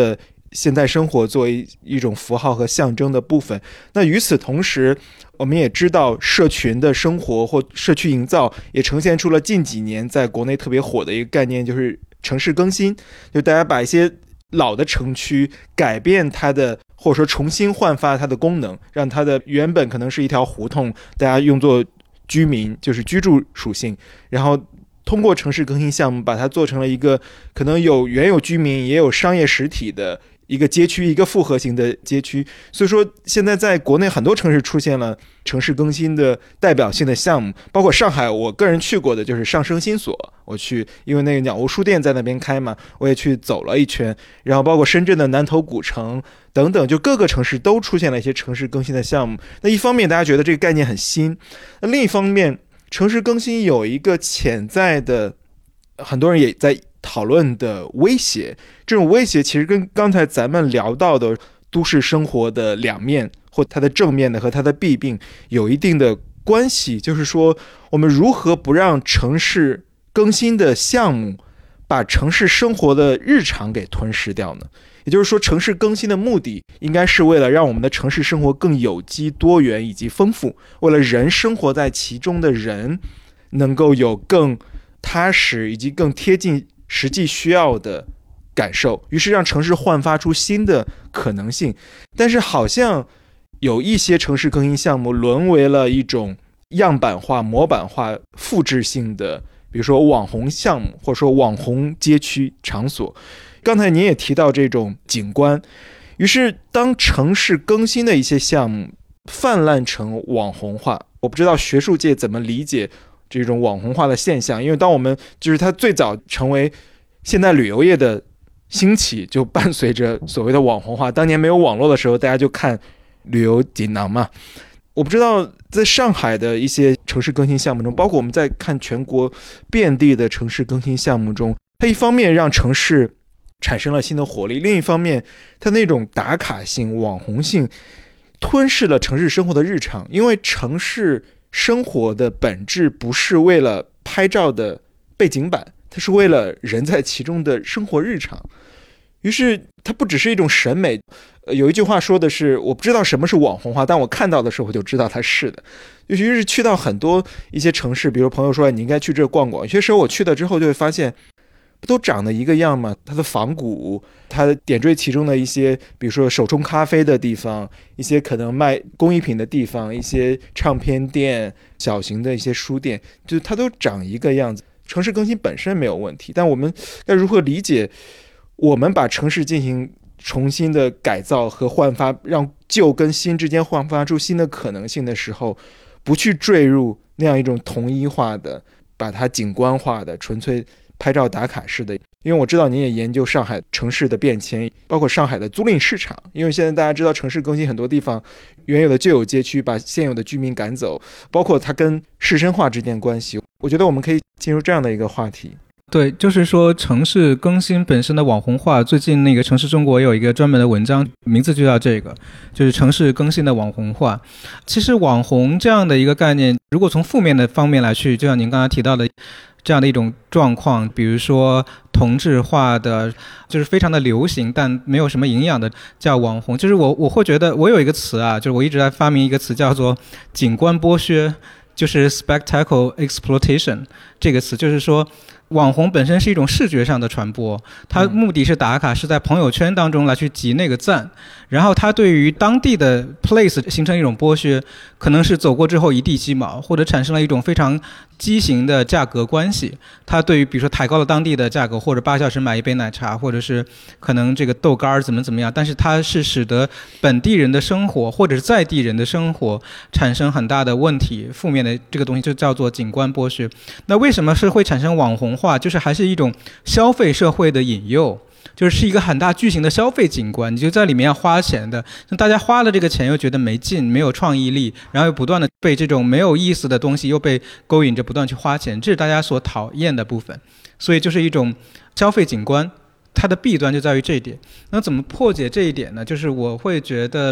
现代生活作为一种符号和象征的部分。那与此同时，我们也知道社群的生活或社区营造也呈现出了近几年在国内特别火的一个概念，就是城市更新，就大家把一些老的城区改变它的，或者说重新焕发它的功能，让它的原本可能是一条胡同，大家用作居民，就是居住属性，然后通过城市更新项目把它做成了一个可能有原有居民也有商业实体的一个街区，一个复合型的街区。所以说现在在国内很多城市出现了城市更新的代表性的项目，包括上海我个人去过的就是上升新所，我去因为那个鸟屋书店在那边开嘛，我也去走了一圈，然后包括深圳的南头古城等等，就各个城市都出现了一些城市更新的项目。那一方面大家觉得这个概念很新，那另一方面城市更新有一个潜在的很多人也在讨论的威胁，这种威胁其实跟刚才咱们聊到的都市生活的两面或它的正面的和它的弊病有一定的关系，就是说我们如何不让城市更新的项目把城市生活的日常给吞噬掉呢？也就是说城市更新的目的应该是为了让我们的城市生活更有机多元以及丰富，为了人生活在其中的人能够有更踏实以及更贴近实际需要的感受，于是让城市焕发出新的可能性。但是好像有一些城市更新项目沦为了一种样板化、模板化、复制性的，比如说网红项目，或者说网红街区场所。刚才您也提到这种景观，于是当城市更新的一些项目泛滥成网红化，我不知道学术界怎么理解这种网红化的现象。因为当我们就是它最早成为现代旅游业的兴起，就伴随着所谓的网红化。当年没有网络的时候，大家就看旅游锦囊嘛。我不知道在上海的一些城市更新项目中，包括我们在看全国遍地的城市更新项目中，它一方面让城市产生了新的活力，另一方面它那种打卡性、网红性吞噬了城市生活的日常。因为城市生活的本质不是为了拍照的背景板，它是为了人在其中的生活日常。于是它不只是一种审美，呃、有一句话说的是，我不知道什么是网红化，但我看到的时候我就知道它是的。于是去到很多一些城市，比如朋友说你应该去这逛逛，有些时候我去了之后就会发现不都长得一个样吗？它的仿古，它点缀其中的一些比如说手冲咖啡的地方，一些可能卖工艺品的地方，一些唱片店，小型的一些书店，就它都长一个样子。城市更新本身没有问题，但我们该如何理解我们把城市进行重新的改造和焕发，让旧跟新之间焕发出新的可能性的时候，不去坠入那样一种同一化的，把它景观化的纯粹拍照打卡式的。因为我知道您也研究上海城市的变迁，包括上海的租赁市场，因为现在大家知道城市更新很多地方原有的旧有街区把现有的居民赶走，包括它跟市绅化之间关系，我觉得我们可以进入这样的一个话题。 对，就是说城市更新本身的网红化，最近那个城市中国有一个专门的文章，名字就叫这个，就是城市更新的网红化。其实网红这样的一个概念，如果从负面的方面来去，就像您刚才提到的这样的一种状况，比如说同质化的，就是非常的流行但没有什么营养的叫网红。就是我我会觉得我有一个词啊，就是我一直在发明一个词叫做景观剥削，就是 spectacle exploitation 这个词，就是说网红本身是一种视觉上的传播，它目的是打卡，是在朋友圈当中来去集那个赞，然后它对于当地的 place 形成一种剥削，可能是走过之后一地鸡毛，或者产生了一种非常畸形的价格关系。它对于比如说抬高了当地的价格，或者八小时买一杯奶茶，或者是可能这个豆干怎么怎么样，但是它是使得本地人的生活或者是在地人的生活产生很大的问题，负面的这个东西就叫做景观剥削。那为什么是会产生网红化？就是还是一种消费社会的引诱，就是是一个很大巨型的消费景观，你就在里面要花钱的，那大家花了这个钱又觉得没劲，没有创意力，然后又不断的被这种没有意思的东西又被勾引着不断去花钱，这是大家所讨厌的部分。所以就是一种消费景观，它的弊端就在于这一点。那怎么破解这一点呢？就是我会觉得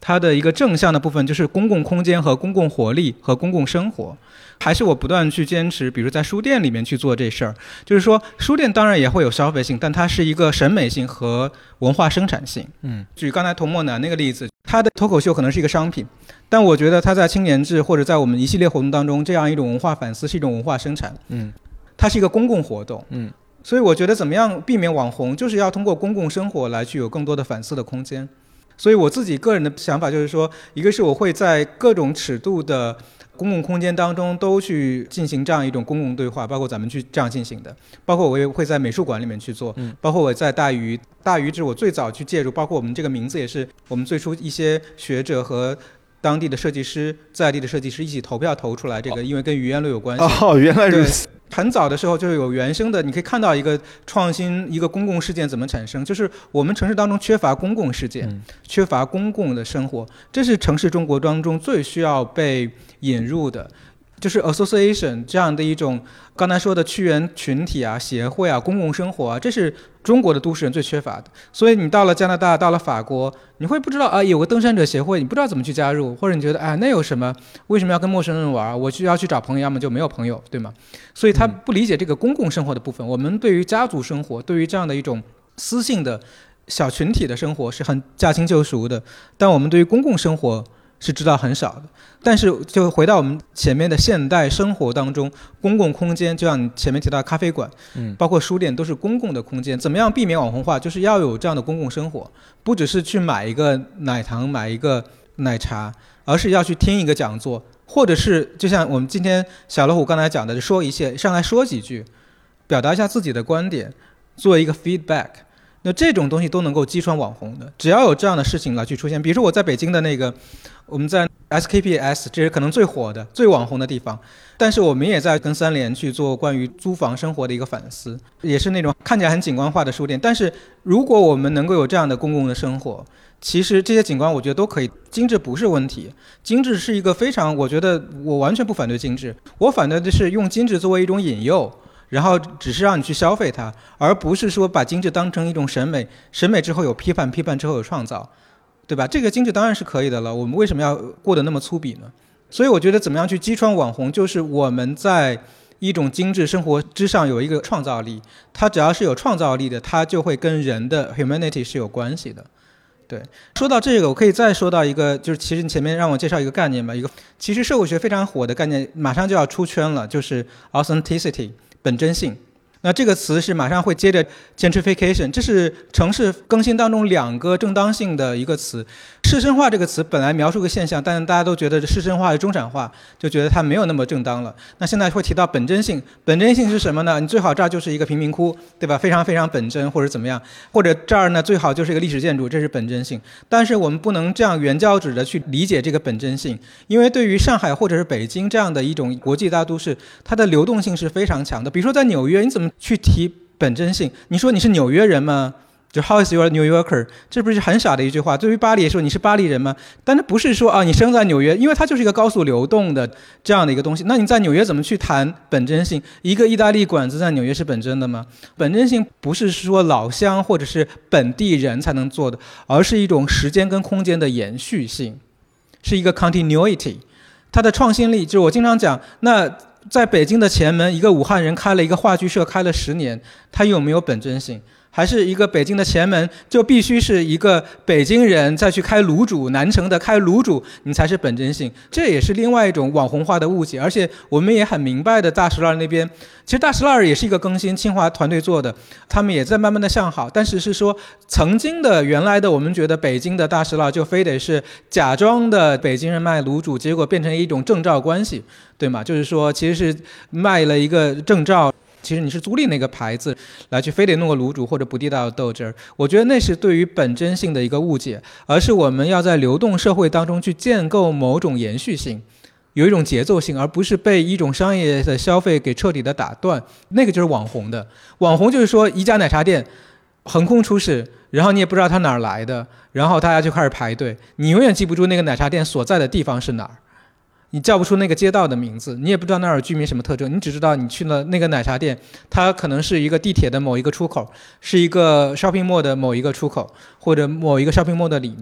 它的一个正向的部分就是公共空间和公共活力和公共生活。还是我不断去坚持，比如在书店里面去做这事儿，就是说书店当然也会有消费性，但它是一个审美性和文化生产性。 嗯， 举刚才童漠南那个例子，他的脱口秀可能是一个商品，但我觉得他在青年志或者在我们一系列活动当中，这样一种文化反思是一种文化生产。 嗯， 它是一个公共活动。 嗯， 所以我觉得怎么样避免网红，就是要通过公共生活来去有更多的反思的空间。所以我自己个人的想法就是说，一个是我会在各种尺度的公共空间当中都去进行这样一种公共对话，包括咱们去这样进行的，包括我也会在美术馆里面去做， 嗯， 包括我在大鱼，大鱼是我最早去介入，包括我们这个名字也是我们最初一些学者和当地的设计师、在地的设计师一起投票投出来这个，因为跟语言论有关系。 哦，原来如此。 很早的时候就有原生的，你可以看到一个创新，一个公共事件怎么产生，就是我们城市当中缺乏公共事件， 嗯， 缺乏公共的生活，这是城市中国当中最需要被引入的。就是 association 这样的一种刚才说的区员群体啊、协会啊、公共生活啊，这是中国的都市人最缺乏的。所以你到了加拿大、到了法国，你会不知道啊，有个登山者协会，你不知道怎么去加入，或者你觉得哎，那有什么？为什么要跟陌生人玩？我就要去找朋友，要么就没有朋友，对吗？所以他不理解这个公共生活的部分。我们对于家族生活，对于这样的一种私性的小群体的生活是很驾轻就熟的，但我们对于公共生活是知道很少的。但是就回到我们前面的现代生活当中，公共空间就像你前面提到咖啡馆， 嗯， 包括书店都是公共的空间。怎么样避免网红化？就是要有这样的公共生活，不只是去买一个奶糖、买一个奶茶，而是要去听一个讲座，或者是就像我们今天小老虎刚才讲的，说一切上来说几句，表达一下自己的观点，做一个 feedback。那这种东西都能够击穿网红的，只要有这样的事情来去出现。比如说我在北京的那个，我们在 S K P S， 这是可能最火的、最网红的地方，但是我们也在跟三联去做关于租房生活的一个反思，也是那种看起来很景观化的书店。但是如果我们能够有这样的公共的生活，其实这些景观我觉得都可以，精致不是问题。精致是一个非常，我觉得我完全不反对精致，我反对的是用精致作为一种引诱，然后只是让你去消费它，而不是说把精致当成一种审美，审美之后有批判，批判之后有创造，对吧？这个精致当然是可以的了，我们为什么要过得那么粗鄙呢？所以我觉得怎么样去击穿网红，就是我们在一种精致生活之上有一个创造力，它只要是有创造力的，它就会跟人的 humanity 是有关系的。对，说到这个，我可以再说到一个，就是其实你前面让我介绍一个概念吧，一个其实社会学非常火的概念，马上就要出圈了，就是 authenticity。本真性，那这个词是马上会接着 gentrification， 这是城市更新当中两个正当性的一个词。市绅化这个词本来描述个现象，但是大家都觉得市绅化是中产化，就觉得它没有那么正当了。那现在会提到本真性，本真性是什么呢？你最好这儿就是一个贫民窟，对吧？非常非常本真，或者怎么样，或者这儿呢最好就是一个历史建筑，这是本真性。但是我们不能这样原教旨的去理解这个本真性，因为对于上海或者是北京这样的一种国际大都市，它的流动性是非常强的。比如说在纽约，你怎么去提本真性？你说你是纽约人吗？就 How is your New Yorker？ 这不是很傻的一句话。对于巴黎说你是巴黎人吗？但是不是说啊你生在纽约，因为它就是一个高速流动的这样的一个东西。那你在纽约怎么去谈本真性？一个意大利馆子在纽约是本真的吗？本真性不是说老乡或者是本地人才能做的，而是一种时间跟空间的延续性，是一个 continuity。它的创新力就是我经常讲，那在北京的前门，一个武汉人开了一个话剧社，开了十年，他有没有本真性？还是一个北京的前门就必须是一个北京人再去开卤煮，南城的开卤煮，你才是本真性？这也是另外一种网红化的误解。而且我们也很明白的，大石烂那边其实大石烂也是一个更新，清华团队做的，他们也在慢慢的向好。但是是说曾经的原来的我们觉得北京的大石烂就非得是假装的北京人卖卤煮，结果变成一种证照关系，对吗？就是说其实是卖了一个证照，其实你是租赁那个牌子来去非得弄个卤煮或者不地道的豆汁儿，我觉得那是对于本真性的一个误解，而是我们要在流动社会当中去建构某种延续性，有一种节奏性，而不是被一种商业的消费给彻底的打断。那个就是网红的。网红就是说一家奶茶店横空出世，然后你也不知道它哪儿来的，然后大家就开始排队，你永远记不住那个奶茶店所在的地方是哪儿，你叫不出那个街道的名字，你也不知道那儿有居民什么特征，你只知道你去了那个奶茶店，它可能是一个地铁的某一个出口，是一个 shopping mall 的某一个出口，或者某一个 shopping mall 的里面。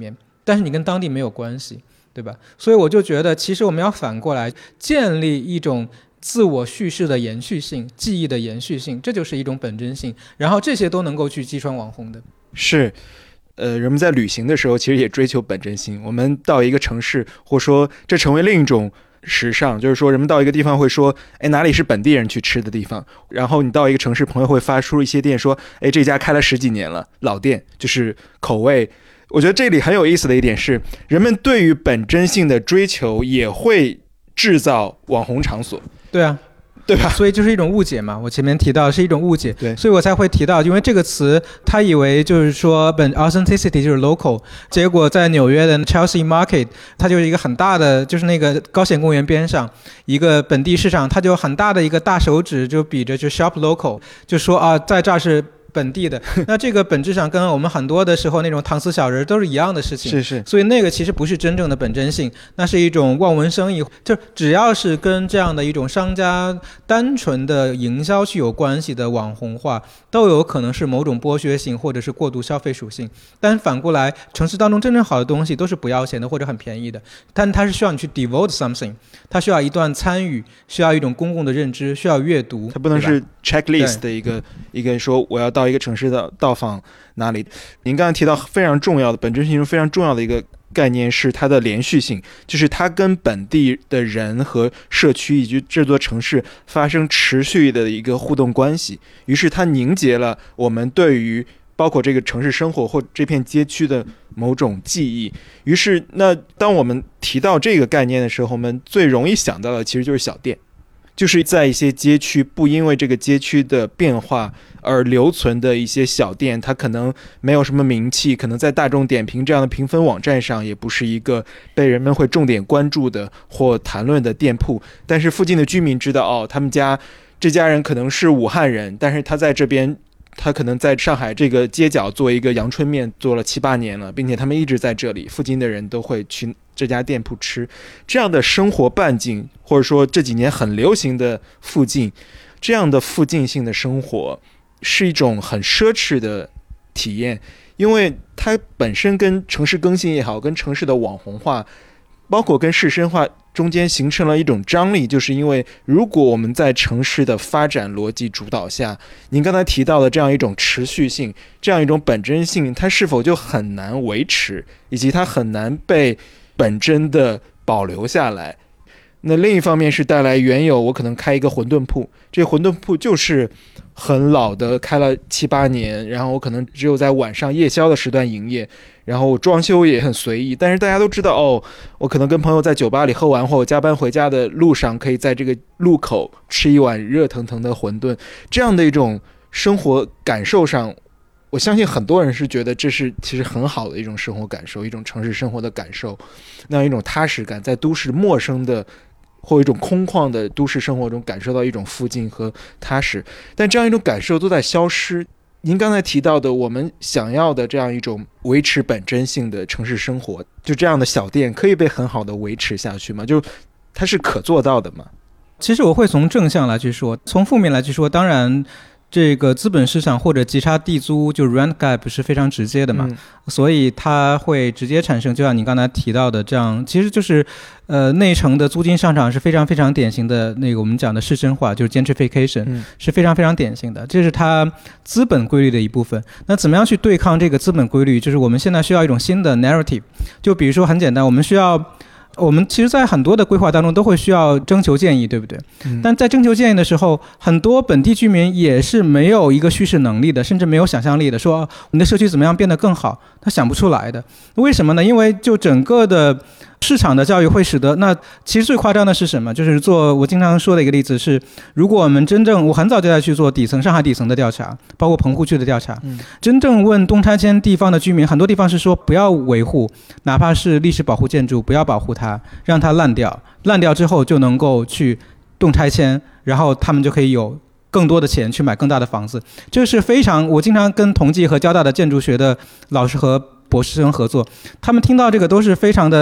但是你跟当地没有关系，对吧？所以我就觉得其实我们要反过来建立一种自我叙事的延续性，记忆的延续性，这就是一种本真性，然后这些都能够去击穿网红的。 是呃，人们在旅行的时候其实也追求本真性，我们到一个城市，或者说这成为另一种时尚，就是说人们到一个地方会说，哎，哪里是本地人去吃的地方，然后你到一个城市，朋友会发出一些店说，哎，这家开了十几年了，老店，就是口味。我觉得这里很有意思的一点是，人们对于本真性的追求也会制造网红场所。 对啊， 对吧？ 所以就是一种误解嘛，我前面提到是一种误解， 对， 所以我才会提到，因为这个词他以为就是说本 authenticity 就是 local， 结果在纽约的 Chelsea Market 它就是一个很大的，就是那个高显公园边上一个本地市场，它就很大的一个大手指就比着就 shop local， 就说啊在这儿是本地的，那这个本质上跟我们很多的时候那种搪瓷小人都是一样的事情， 是是， 所以那个其实不是真正的本真性，那是一种望文生义，就只要是跟这样的一种商家单纯的营销去有关系的网红化，都有可能是某种剥削性或者是过度消费属性。但反过来，城市当中真正好的东西都是不要钱的或者很便宜的，但它是需要你去 devote something， 它需要一段参与，需要一种公共的认知，需要阅读， 它不能是 checklist 的一个一个说我要到一个城市的到访哪里。您刚才提到非常重要的本真性中非常重要的一个概念是它的连续性，就是它跟本地的人和社区以及这座城市发生持续的一个互动关系，于是它凝结了我们对于包括这个城市生活或这片街区的某种记忆。于是那当我们提到这个概念的时候，我们最容易想到的其实就是小店，就是在一些街区不因为这个街区的变化而留存的一些小店，它可能没有什么名气，可能在大众点评这样的评分网站上也不是一个被人们会重点关注的或谈论的店铺，但是附近的居民知道，哦，他们家这家人可能是武汉人，但是他在这边他可能在上海这个街角做一个阳春面做了七八年了，并且他们一直在这里，附近的人都会去这家店铺吃。这样的生活半径，或者说这几年很流行的附近，这样的附近性的生活是一种很奢侈的体验，因为它本身跟城市更新也好，跟城市的网红化，包括跟市深化中间形成了一种张力，就是因为如果我们在城市的发展逻辑主导下，您刚才提到的这样一种持续性，这样一种本真性，它是否就很难维持，以及它很难被本真的保留下来。那另一方面是带来原有，我可能开一个馄饨铺，这个馄饨铺就是很老的，开了七八年，然后我可能只有在晚上夜宵的时段营业，然后装修也很随意，但是大家都知道，哦，我可能跟朋友在酒吧里喝完，或我加班回家的路上，可以在这个路口吃一碗热腾腾的馄饨，这样的一种生活感受上，我相信很多人是觉得这是其实很好的一种生活感受，一种城市生活的感受，那样一种踏实感，在都市陌生的或一种空旷的都市生活中感受到一种附近和踏实，但这样一种感受都在消失。您刚才提到的我们想要的这样一种维持本真性的城市生活，就这样的小店可以被很好的维持下去吗？就它是可做到的吗？ 其实我会从正向来去说，从负面来去说，当然这个资本市场或者极差地租就 rent gap 是非常直接的嘛、嗯、所以它会直接产生就像你刚才提到的这样，其实就是呃内城的租金上涨是非常非常典型的那个我们讲的市深化，就是 gentrification、嗯、是非常非常典型的，这是它资本规律的一部分。那怎么样去对抗这个资本规律，就是我们现在需要一种新的 narrative， 就比如说很简单，我们需要我们其实在很多的规划当中都会需要征求建议，对不对、嗯、但在征求建议的时候，很多本地居民也是没有一个叙事能力的，甚至没有想象力的，说你的社区怎么样变得更好，他想不出来的。为什么呢？因为就整个的市场的教育会使得，那其实最夸张的是什么？就是做我经常说的一个例子是，如果我们真正，我很早就在去做底层上海底层的调查，包括棚户区的调查、嗯、真正问东拆迁地方的居民，很多地方是说不要维护，哪怕是历史保护建筑不要保护它，让它烂掉，烂掉之后就能够去动拆迁，然后他们就可以有更多的钱去买更大的房子。这是非常，我经常跟同济和交大的建筑学的老师和博士生合作，他们听到这个都是非常的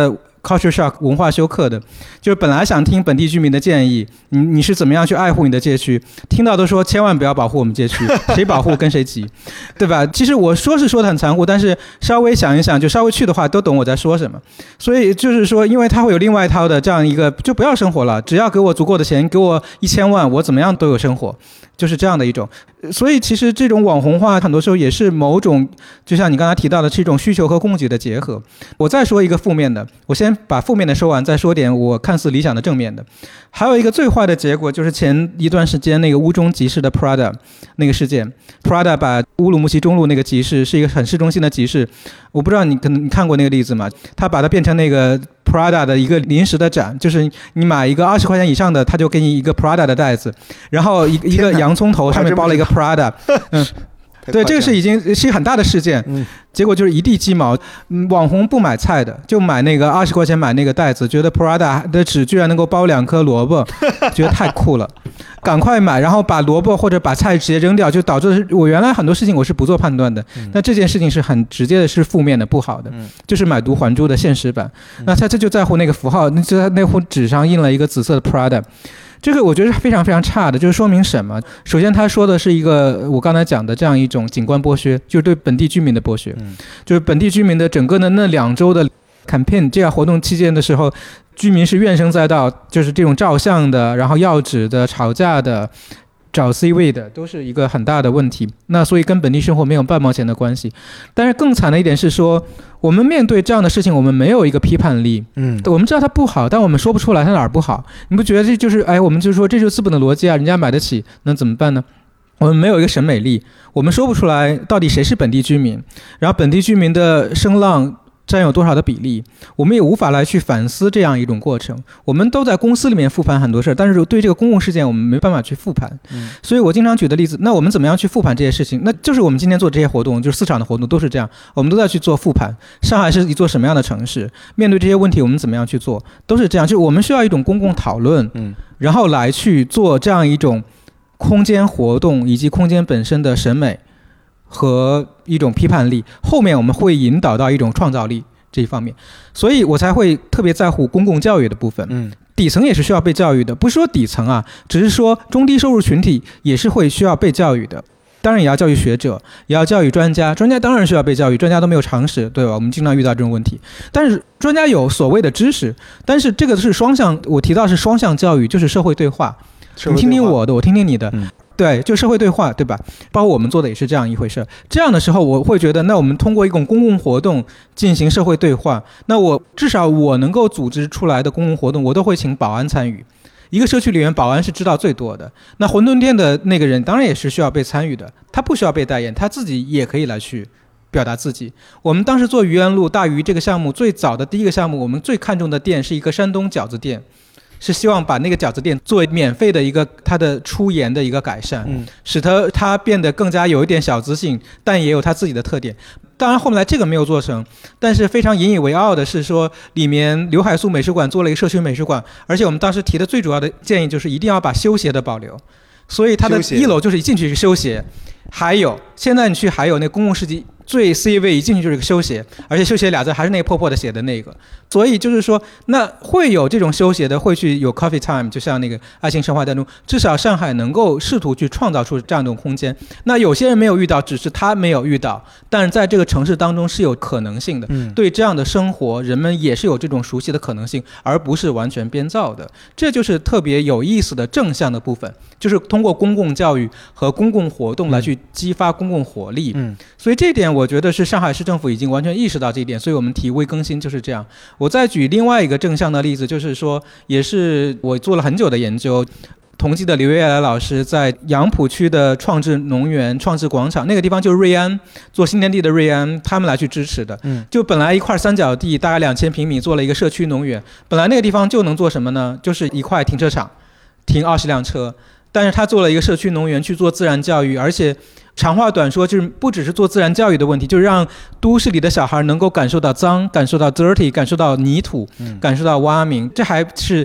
culture shock 文化休克的，就是本来想听本地居民的建议，你你是怎么样去爱护你的街区，听到都说千万不要保护我们街区，谁保护跟谁急，对吧？其实我说是说的很残酷，但是稍微想一想，就稍微去的话都懂我在说什么。所以就是说，因为它会有另外一套的这样一个，就不要生活了，只要给我足够的钱，给我一千万，我怎么样都有生活，就是这样的一种。所以其实这种网红化很多时候也是某种，就像你刚才提到的，是一种需求和供给的结合。我再说一个负面的，我先把负面的说完，再说点我看似理想的正面的。还有一个最坏的结果，就是前一段时间那个乌中集市的 Prada 那个事件。 Prada 把乌鲁木齐中路那个集市是一个很市中心的集市，我不知道你可能你看过那个例子吗？他把它变成那个 Prada 的一个临时的展，就是你买一个二十块钱以上的，他就给你一个 Prada 的袋子，然后一一个洋葱头上面包了一个 Prada， 嗯。对，这个是已经是很大的事件，嗯，结果就是一地鸡毛。嗯，网红不买菜的，就买那个二十块钱买那个袋子，觉得 Prada 的纸居然能够包两颗萝卜，觉得太酷了，赶快买，然后把萝卜或者把菜直接扔掉，就导致我原来很多事情我是不做判断的，嗯、那这件事情是很直接的，是负面的、不好的，嗯、就是买椟还珠的现实版。嗯、那他这就在乎那个符号，那就在那壶纸上印了一个紫色的 Prada。这个我觉得是非常非常差的，就是说明什么？首先，他说的是一个我刚才讲的这样一种景观剥削，就是对本地居民的剥削，嗯、就是本地居民的整个的那两周的 campaign 这样活动期间的时候，居民是怨声载道，就是这种照相的，然后要纸的、吵架的。找 C 位的都是一个很大的问题，那所以跟本地生活没有半毛钱的关系。但是更惨的一点是说，我们面对这样的事情，我们没有一个批判力。嗯，我们知道它不好，但我们说不出来它哪儿不好。你不觉得这就是哎，我们就说这就是资本的逻辑啊，人家买得起，那怎么办呢？我们没有一个审美力，我们说不出来到底谁是本地居民，然后本地居民的声浪占有多少的比例，我们也无法来去反思这样一种过程。我们都在公司里面复盘很多事儿，但是对这个公共事件我们没办法去复盘。嗯、所以我经常举的例子，那我们怎么样去复盘这些事情？那就是我们今天做这些活动，就是四场的活动都是这样，我们都在去做复盘。上海是一座什么样的城市？面对这些问题，我们怎么样去做？都是这样，就是我们需要一种公共讨论，嗯，然后来去做这样一种空间活动以及空间本身的审美和一种批判力，后面我们会引导到一种创造力这一方面，所以我才会特别在乎公共教育的部分。嗯，底层也是需要被教育的，不是说底层啊，只是说中低收入群体也是会需要被教育的。当然也要教育学者，也要教育专家，专家当然需要被教育，专家都没有常识，对吧？我们经常遇到这种问题。但是专家有所谓的知识，但是这个是双向，我提到是双向教育，就是社会对话。你听听我的，我听听你的。嗯，对，就社会对话，对吧？包括我们做的也是这样一回事。这样的时候，我会觉得，那我们通过一种公共活动进行社会对话，那我至少我能够组织出来的公共活动，我都会请保安参与。一个社区里面，保安是知道最多的。那馄饨店的那个人，当然也是需要被参与的，他不需要被代言，他自己也可以来去表达自己。我们当时做愚园路大鱼这个项目，最早的第一个项目，我们最看重的店是一个山东饺子店。是希望把那个饺子店作为免费的一个它的出盐的一个改善，嗯、使得它变得更加有一点小资性，但也有它自己的特点。当然后来这个没有做成，但是非常引以为傲的是说，里面刘海粟美术馆做了一个社区美术馆，而且我们当时提的最主要的建议就是一定要把修鞋的保留，所以它的一楼就是一进去是修鞋，还有现在你去还有那个公共市集。最 C 位一进去就是个修鞋，而且修鞋俩字还是那个破破的写的那个，所以就是说，那会有这种修鞋的会去有 coffee time， 就像那个爱情神话当中，至少上海能够试图去创造出这样一种空间。那有些人没有遇到，只是他没有遇到，但是在这个城市当中是有可能性的。嗯、对这样的生活，人们也是有这种熟悉的可能性，而不是完全编造的。这就是特别有意思的正向的部分，就是通过公共教育和公共活动来去激发公共活力。嗯，所以这点我觉得是上海市政府已经完全意识到这一点，所以我们提微更新就是这样。我再举另外一个正向的例子，就是说也是我做了很久的研究，同济的刘月来老师在杨浦区的创智农园创智广场那个地方，就是瑞安做新天地的瑞安他们来去支持的。嗯，就本来一块三角地大概两千平米做了一个社区农园，本来那个地方就能做什么呢？就是一块停车场，停二十辆车，但是他做了一个社区农园去做自然教育，而且长话短说，就是不只是做自然教育的问题，就是让都市里的小孩能够感受到脏，感受到 dirty， 感受到泥土，嗯、感受到蛙鸣，这还是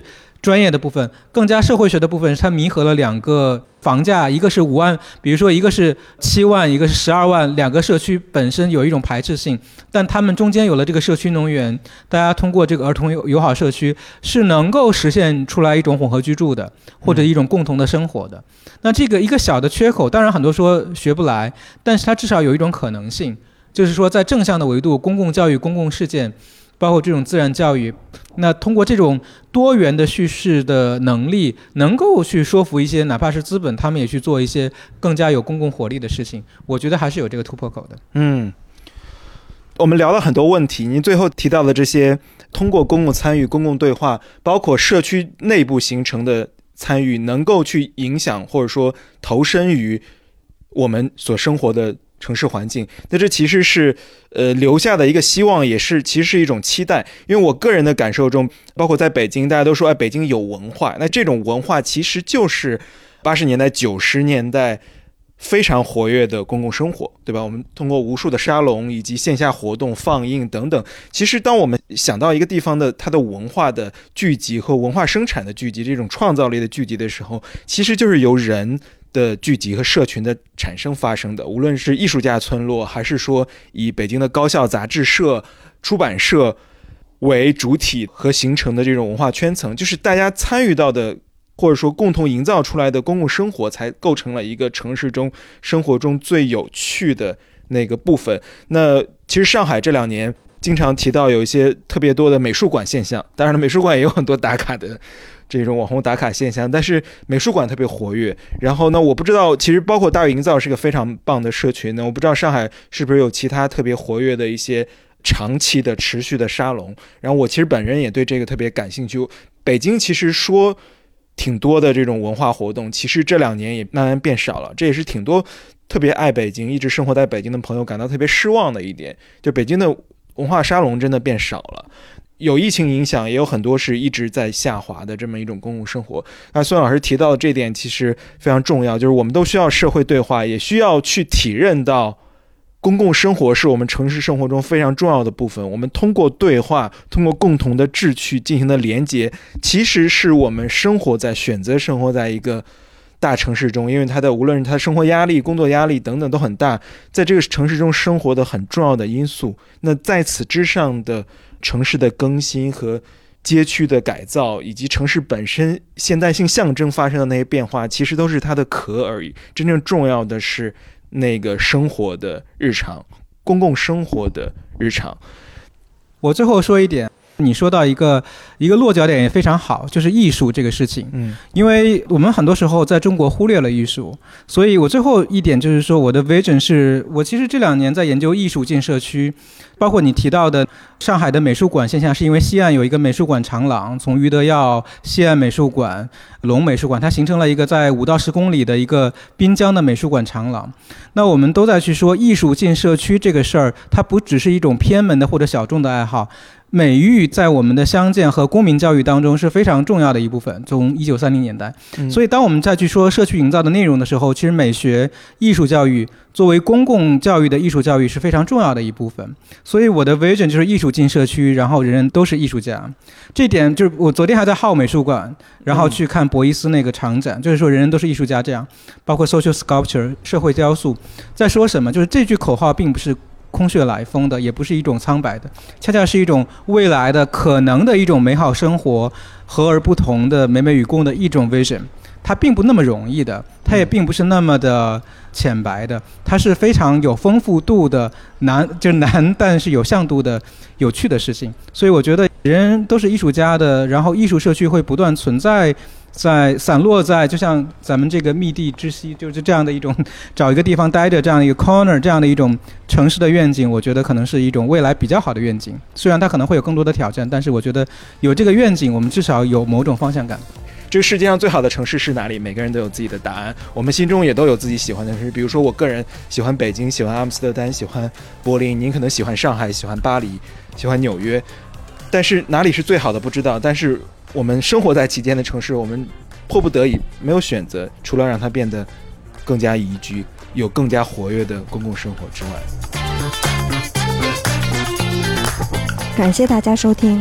专业的部分，更加社会学的部分，它弥合了两个房价，一个是五万，比如说一个是七万，一个是十二万，两个社区本身有一种排斥性，但他们中间有了这个社区农园，大家通过这个儿童友好社区是能够实现出来一种混合居住的，或者一种共同的生活的。嗯、那这个一个小的缺口，当然很多说学不来，但是它至少有一种可能性，就是说在正向的维度，公共教育、公共事件，包括这种自然教育，那通过这种多元的叙事的能力，能够去说服一些哪怕是资本，他们也去做一些更加有公共活力的事情。我觉得还是有这个突破口的。 嗯，我们聊了很多问题，您最后提到的这些，通过公共参与、公共对话，包括社区内部形成的参与，能够去影响或者说投身于我们所生活的城市环境，那这其实是呃留下的一个希望，也是其实是一种期待。因为我个人的感受中，包括在北京，大家都说哎，北京有文化，那这种文化其实就是八十年代、九十年代非常活跃的公共生活，对吧？我们通过无数的沙龙以及线下活动、放映等等，其实当我们想到一个地方的它的文化的聚集和文化生产的聚集，这种创造力的聚集的时候，其实就是由人的聚集和社群的产生发生的。无论是艺术家村落，还是说以北京的高校杂志社、出版社为主体和形成的这种文化圈层，就是大家参与到的或者说共同营造出来的公共生活，才构成了一个城市中生活中最有趣的那个部分。那其实上海这两年经常提到有一些特别多的美术馆现象，当然了，美术馆也有很多打卡的这种网红打卡现象，但是美术馆特别活跃。然后呢，我不知道，其实包括大禹营造是个非常棒的社群呢，我不知道上海是不是有其他特别活跃的一些长期的持续的沙龙。然后我其实本人也对这个特别感兴趣。北京其实说挺多的这种文化活动，其实这两年也慢慢变少了，这也是挺多特别爱北京、一直生活在北京的朋友感到特别失望的一点，就北京的文化沙龙真的变少了。有疫情影响，也有很多是一直在下滑的这么一种公共生活。那孙老师提到的这点其实非常重要，就是我们都需要社会对话，也需要去体认到公共生活是我们城市生活中非常重要的部分。我们通过对话，通过共同的志趣进行的连结，其实是我们生活在选择生活在一个大城市中，因为他的无论是他生活压力、工作压力等等都很大，在这个城市中生活的很重要的因素。那在此之上的城市的更新和街区的改造，以及城市本身现代性象征发生的那些变化，其实都是它的壳而已。真正重要的是那个生活的日常，公共生活的日常。 我最后说一点，你说到一个一个落脚点也非常好，就是艺术这个事情。 嗯， 因为我们很多时候在中国忽略了艺术，所以我最后一点就是说，我的 vision 是我其实这两年在研究艺术进社区，包括你提到的上海的美术馆现象，是因为西岸有一个美术馆长廊，从余德耀、西岸美术馆、龙美术馆，它形成了一个在五到十公里的一个滨江的美术馆长廊。那我们都在去说艺术进社区这个事儿，它不只是一种偏门的或者小众的爱好。美育在我们的乡建和公民教育当中是非常重要的一部分，从一九三零年代、嗯、所以当我们再去说社区营造的内容的时候，其实美学艺术教育作为公共教育的艺术教育是非常重要的一部分。所以我的 vision 就是艺术进社区，然后人人都是艺术家。这点就是我昨天还在浩美术馆，然后去看博伊斯那个长展、嗯、就是说人人都是艺术家，这样包括 social sculpture 社会雕塑。在说什么，就是这句口号并不是空穴来风的，也不是一种苍白的，恰恰是一种未来的可能的一种美好生活和而不同的美美与共的一种 vision。 它并不那么容易的，它也并不是那么的浅白的，它是非常有丰富度的难，就难但是有向度的有趣的事情。所以我觉得人都是艺术家的，然后艺术社区会不断存在，在散落在就像咱们这个密地之西，就是这样的一种找一个地方待着，这样的一个 corner， 这样的一种城市的愿景，我觉得可能是一种未来比较好的愿景。虽然它可能会有更多的挑战，但是我觉得有这个愿景，我们至少有某种方向感。 这个世界上最好的城市是哪里？每个人都有自己的答案，我们心中也都有自己喜欢的城市。比如说我个人喜欢北京，喜欢阿姆斯特丹，喜欢柏林，您可能喜欢上海，喜欢巴黎，喜欢纽约，但是哪里是最好的不知道。但是我们生活在其间的城市，我们迫不得已没有选择，除了让它变得更加宜居，有更加活跃的公共生活之外。 感谢大家收听，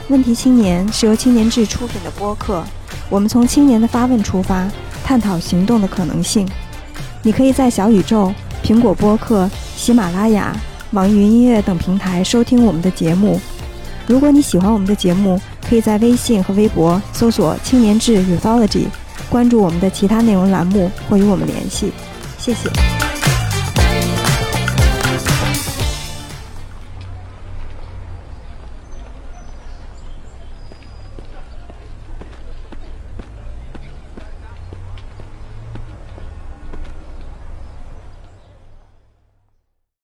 问题青年是由青年志出品的播客，我们从青年的发问出发，探讨行动的可能性。你可以在小宇宙、苹果播客、喜马拉雅、网易云音乐等平台收听我们的节目。如果你喜欢我们的节目，可以在微信和微博搜索青年志 Youthology， 关注我们的其他内容栏目或与我们联系。谢谢。